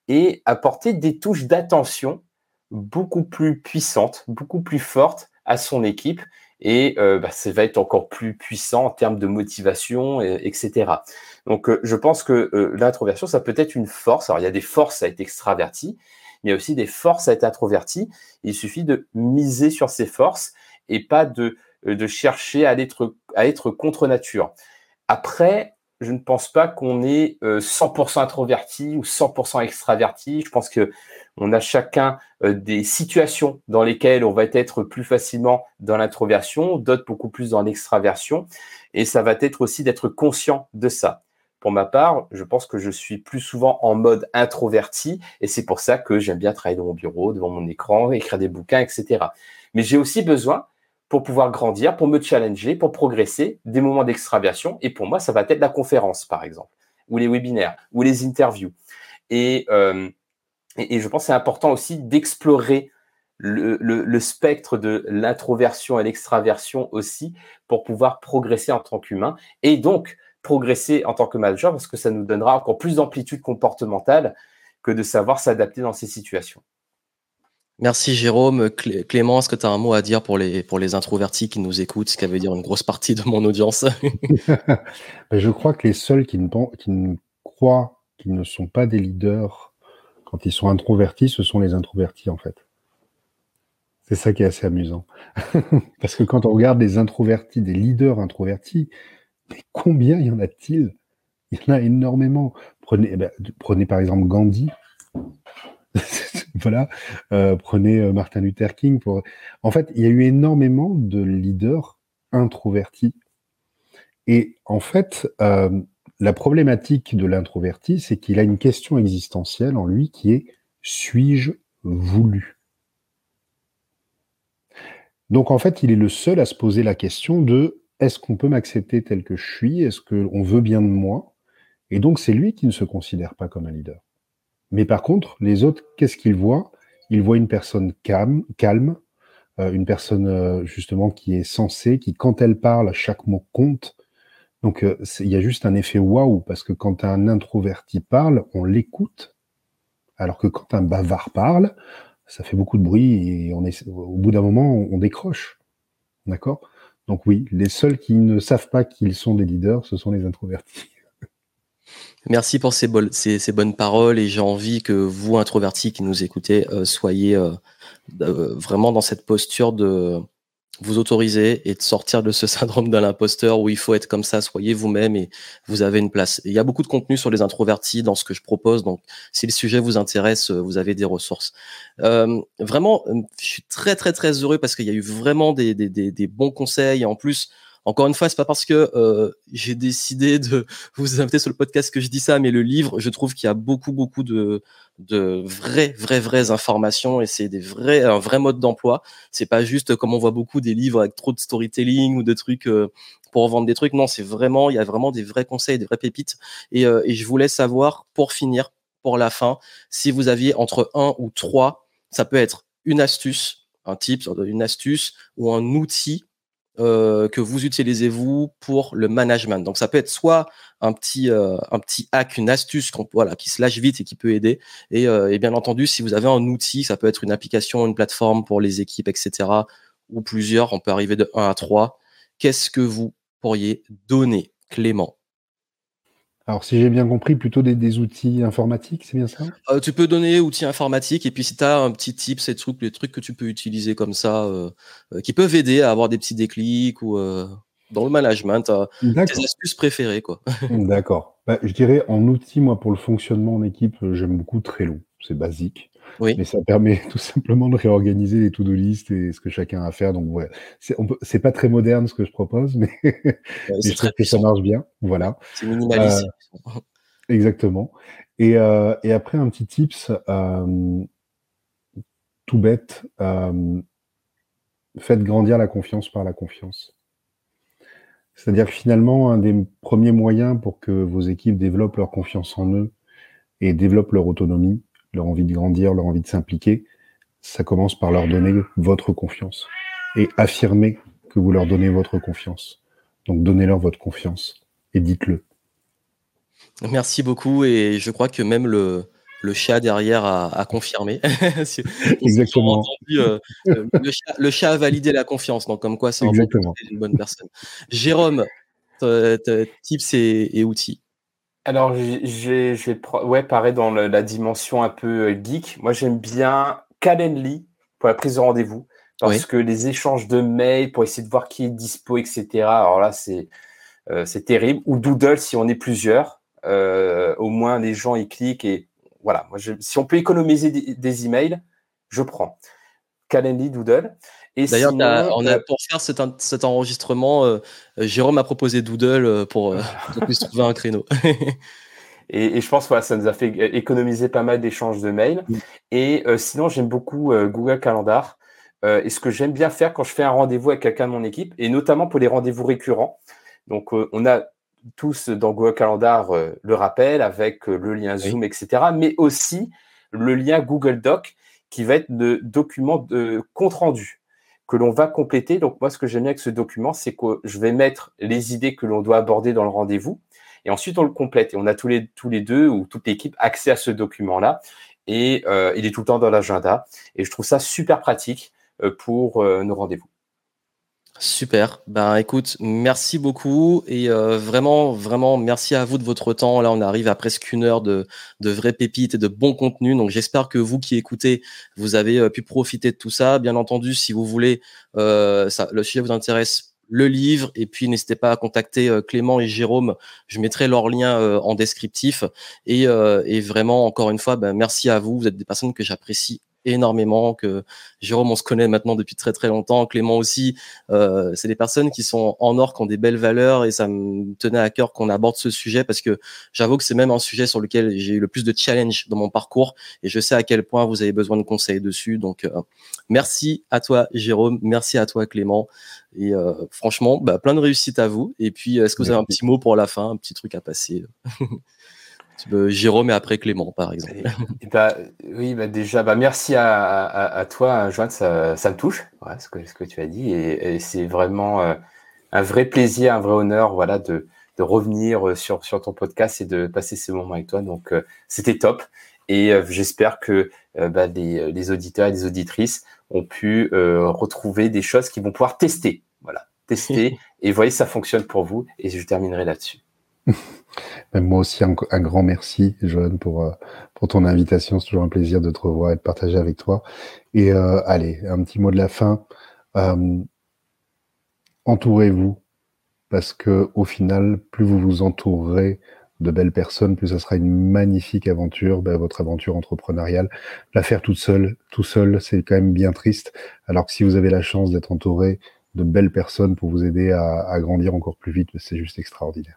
et apporter des touches d'attention beaucoup plus puissantes, beaucoup plus fortes à son équipe. Et ça va être encore plus puissant en termes de motivation, etc. Donc, je pense que l'introversion, ça peut être une force. Alors, il y a des forces à être extraverti, mais il y a aussi des forces à être introverti. Il suffit de miser sur ces forces et pas de chercher à être contre nature. Après, je ne pense pas qu'on est 100% introverti ou 100% extraverti. Je pense qu'on a chacun des situations dans lesquelles on va être plus facilement dans l'introversion, d'autres beaucoup plus dans l'extraversion. Et ça va être aussi d'être conscient de ça. Pour ma part, je pense que je suis plus souvent en mode introverti et c'est pour ça que j'aime bien travailler dans mon bureau, devant mon écran, écrire des bouquins, etc. Mais j'ai aussi besoin, pour pouvoir grandir, pour me challenger, pour progresser, des moments d'extraversion. Et pour moi, ça va être la conférence, par exemple, ou les webinaires, ou les interviews. Et je pense que c'est important aussi d'explorer le spectre de l'introversion et l'extraversion aussi pour pouvoir progresser en tant qu'humain et donc progresser en tant que manager parce que ça nous donnera encore plus d'amplitude comportementale que de savoir s'adapter dans ces situations. Merci Jérôme. Clément, est-ce que tu as un mot à dire pour les introvertis qui nous écoutent, ce qui veut dire une grosse partie de mon audience? Je crois que les seuls qui ne croient qu'ils ne sont pas des leaders quand ils sont introvertis, ce sont les introvertis en fait. C'est ça qui est assez amusant. Parce que quand on regarde des introvertis, des leaders introvertis, mais combien y en a-t-il? Il y en a énormément. Prenez par exemple Gandhi. Voilà. Prenez Martin Luther King. En fait, il y a eu énormément de leaders introvertis. Et en fait, la problématique de l'introverti, c'est qu'il a une question existentielle en lui qui est « suis-je voulu ?» Donc en fait, il est le seul à se poser la question de « est-ce qu'on peut m'accepter tel que je suis? Est-ce qu'on veut bien de moi ?» Et donc c'est lui qui ne se considère pas comme un leader. Mais par contre, les autres, qu'est-ce qu'ils voient? Ils voient une personne calme, une personne justement qui est sensée, qui quand elle parle, chaque mot compte. Donc il y a juste un effet waouh, parce que quand un introverti parle, on l'écoute, alors que quand un bavard parle, ça fait beaucoup de bruit et au bout d'un moment, on décroche. D'accord? Donc oui, les seuls qui ne savent pas qu'ils sont des leaders, ce sont les introvertis. Merci pour ces bonnes paroles et j'ai envie que vous, introvertis qui nous écoutez, soyez vraiment dans cette posture de vous autoriser et de sortir de ce syndrome de l'imposteur où il faut être comme ça, soyez vous-même et vous avez une place. Et il y a beaucoup de contenu sur les introvertis dans ce que je propose, donc si le sujet vous intéresse, vous avez des ressources. Vraiment, je suis très très très heureux parce qu'il y a eu vraiment des bons conseils et en plus, encore une fois, c'est pas parce que j'ai décidé de vous inviter sur le podcast que je dis ça, mais le livre, je trouve qu'il y a beaucoup de vraies informations et c'est un vrai mode d'emploi. C'est pas juste comme on voit beaucoup des livres avec trop de storytelling ou de trucs pour vendre des trucs. Non, il y a vraiment des vrais conseils, des vraies pépites. Et je voulais savoir, pour finir, pour la fin, si vous aviez entre 1 ou 3, ça peut être une astuce, un tip, une astuce ou un outil que vous utilisez vous pour le management. Donc ça peut être soit un petit hack, une astuce qui se lâche vite et qui peut aider. Et bien entendu, si vous avez un outil, ça peut être une application, une plateforme pour les équipes, etc. ou plusieurs, on peut arriver de 1 à 3. Qu'est-ce que vous pourriez donner, Clément? Alors si j'ai bien compris, plutôt des outils informatiques, c'est bien ça? Tu peux donner outils informatiques et puis si tu as un petit tip, les trucs que tu peux utiliser comme ça, qui peuvent aider à avoir des petits déclics ou dans le management, tes D'accord. astuces préférées, quoi. D'accord. Je dirais en outil, moi, pour le fonctionnement en équipe, j'aime beaucoup Trello. C'est basique, Oui, mais ça permet tout simplement de réorganiser les to-do list et ce que chacun a à faire. Donc ouais, c'est pas très moderne ce que je propose, mais mais c'est je trouve très que ça puissant. marche bien. Oui, Voilà. c'est minimaliste, c'est puissant. Exactement. Et après un petit tips, tout bête, faites grandir la confiance par la confiance. C'est-à-dire que finalement, un des premiers moyens pour que vos équipes développent leur confiance en eux et développent leur autonomie, leur envie de grandir, leur envie de s'impliquer, ça commence par leur donner votre confiance et affirmer que vous leur donnez votre confiance. Donc donnez-leur votre confiance et dites-le. Merci beaucoup et je crois que même le chat derrière a confirmé. Exactement. Entendu, le chat a validé la confiance, donc comme quoi c'est un bon Exactement. conseil d'une bonne personne. Jérôme, tips et outils. Alors, ouais, pareil dans la dimension un peu geek. Moi, j'aime bien Calendly pour la prise de rendez-vous parce que les échanges de mails pour essayer de voir qui est dispo, etc. Alors là, c'est terrible. Ou Doodle si on est plusieurs. Au moins, les gens y cliquent et voilà. Moi, si on peut économiser des emails, je prends. Calendly, Doodle. Et D'ailleurs, sinon, pour faire cet enregistrement, Jérôme a proposé Doodle pour qu'on puisse trouver un créneau. et je pense que voilà, ça nous a fait économiser pas mal d'échanges de mails. Et sinon, j'aime beaucoup Google Calendar. Et ce que j'aime bien faire quand je fais un rendez-vous avec quelqu'un de mon équipe, et notamment pour les rendez-vous récurrents. Donc, on a tous dans Google Calendar le rappel avec le lien Zoom, etc. Mais aussi le lien Google Doc qui va être de document de compte rendu que l'on va compléter. Donc, moi, ce que j'aime bien avec ce document, c'est que je vais mettre les idées que l'on doit aborder dans le rendez-vous et ensuite on le complète. Et on a tous les deux ou toute l'équipe accès à ce document-là et il est tout le temps dans l'agenda. Et je trouve ça super pratique pour nos rendez-vous. Super. Ben écoute, merci beaucoup et vraiment, vraiment merci à vous de votre temps. Là, on arrive à presque 1 heure de vraies pépites et de bon contenu. Donc j'espère que vous qui écoutez, vous avez pu profiter de tout ça. Bien entendu, si vous voulez, le sujet vous intéresse, le livre, et puis n'hésitez pas à contacter Clément et Jérôme. Je mettrai leurs liens en descriptif. Et vraiment, encore une fois, ben merci à vous. Vous êtes des personnes que j'apprécie énormément, que Jérôme, on se connaît maintenant depuis très très longtemps, Clément aussi, c'est des personnes qui sont en or, qui ont des belles valeurs, et ça me tenait à cœur qu'on aborde ce sujet parce que j'avoue que c'est même un sujet sur lequel j'ai eu le plus de challenge dans mon parcours, et je sais à quel point vous avez besoin de conseils dessus. Donc merci à toi Jérôme, merci à toi Clément, et franchement plein de réussite à vous. Et puis est-ce que vous avez un petit mot pour la fin, un petit truc à passer? Jérôme et après Clément, par exemple. Oui, déjà, merci à toi, Joanne, ça me touche, voilà, ce que tu as dit, et c'est vraiment un vrai plaisir, un vrai honneur, voilà, de revenir sur ton podcast et de passer ces moments avec toi. Donc, c'était top, et j'espère que les auditeurs et les auditrices ont pu retrouver des choses qu'ils vont pouvoir tester, voilà, tester, et voyez, ça fonctionne pour vous, et je terminerai là-dessus. Moi aussi, un grand merci, Joanne, pour ton invitation. C'est toujours un plaisir de te revoir et de partager avec toi. Et allez, un petit mot de la fin. Entourez-vous, parce que au final, plus vous vous entourerez de belles personnes, plus ça sera une magnifique aventure, votre aventure entrepreneuriale. La faire tout seul, c'est quand même bien triste. Alors que si vous avez la chance d'être entouré de belles personnes pour vous aider à grandir encore plus vite, c'est juste extraordinaire.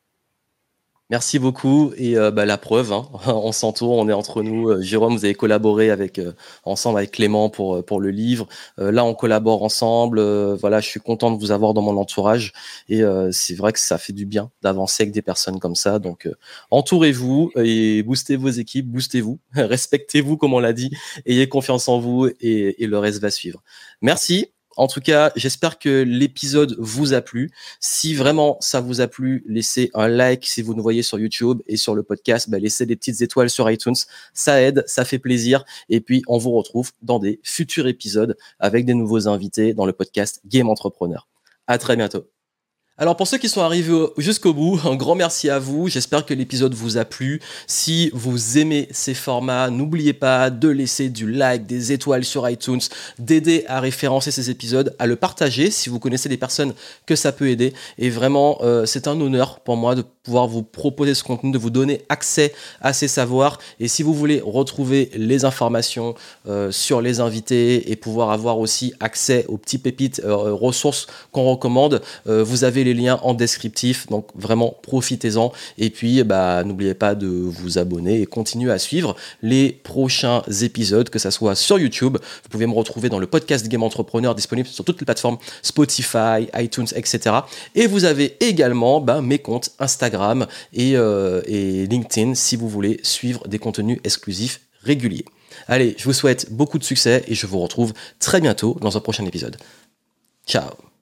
Merci beaucoup. Et la preuve, hein, on s'entoure, on est entre nous. Jérôme, vous avez collaboré ensemble avec Clément pour le livre. Là, on collabore ensemble. Voilà, je suis content de vous avoir dans mon entourage. Et c'est vrai que ça fait du bien d'avancer avec des personnes comme ça. Donc, entourez-vous et boostez vos équipes, boostez-vous, respectez-vous, comme on l'a dit. Ayez confiance en vous et le reste va suivre. Merci. En tout cas, j'espère que l'épisode vous a plu. Si vraiment ça vous a plu, laissez un like si vous nous voyez sur YouTube, et sur le podcast, laissez des petites étoiles sur iTunes. Ça aide, ça fait plaisir. Et puis, on vous retrouve dans des futurs épisodes avec des nouveaux invités dans le podcast Game Entrepreneur. À très bientôt. Alors pour ceux qui sont arrivés jusqu'au bout, un grand merci à vous. J'espère que l'épisode vous a plu. Si vous aimez ces formats, n'oubliez pas de laisser du like, des étoiles sur iTunes, d'aider à référencer ces épisodes, à le partager si vous connaissez des personnes que ça peut aider. Et vraiment, c'est un honneur pour moi de pouvoir vous proposer ce contenu, de vous donner accès à ces savoirs. Et si vous voulez retrouver les informations sur les invités et pouvoir avoir aussi accès aux petits pépites ressources qu'on recommande, vous avez les liens en descriptif, donc vraiment profitez-en. Et puis n'oubliez pas de vous abonner et continuer à suivre les prochains épisodes, que ça soit sur YouTube. Vous pouvez me retrouver dans le podcast Game Entrepreneur, disponible sur toutes les plateformes Spotify, iTunes, etc. Et vous avez également mes comptes Instagram et LinkedIn si vous voulez suivre des contenus exclusifs réguliers. Allez, je vous souhaite beaucoup de succès et je vous retrouve très bientôt dans un prochain épisode. Ciao.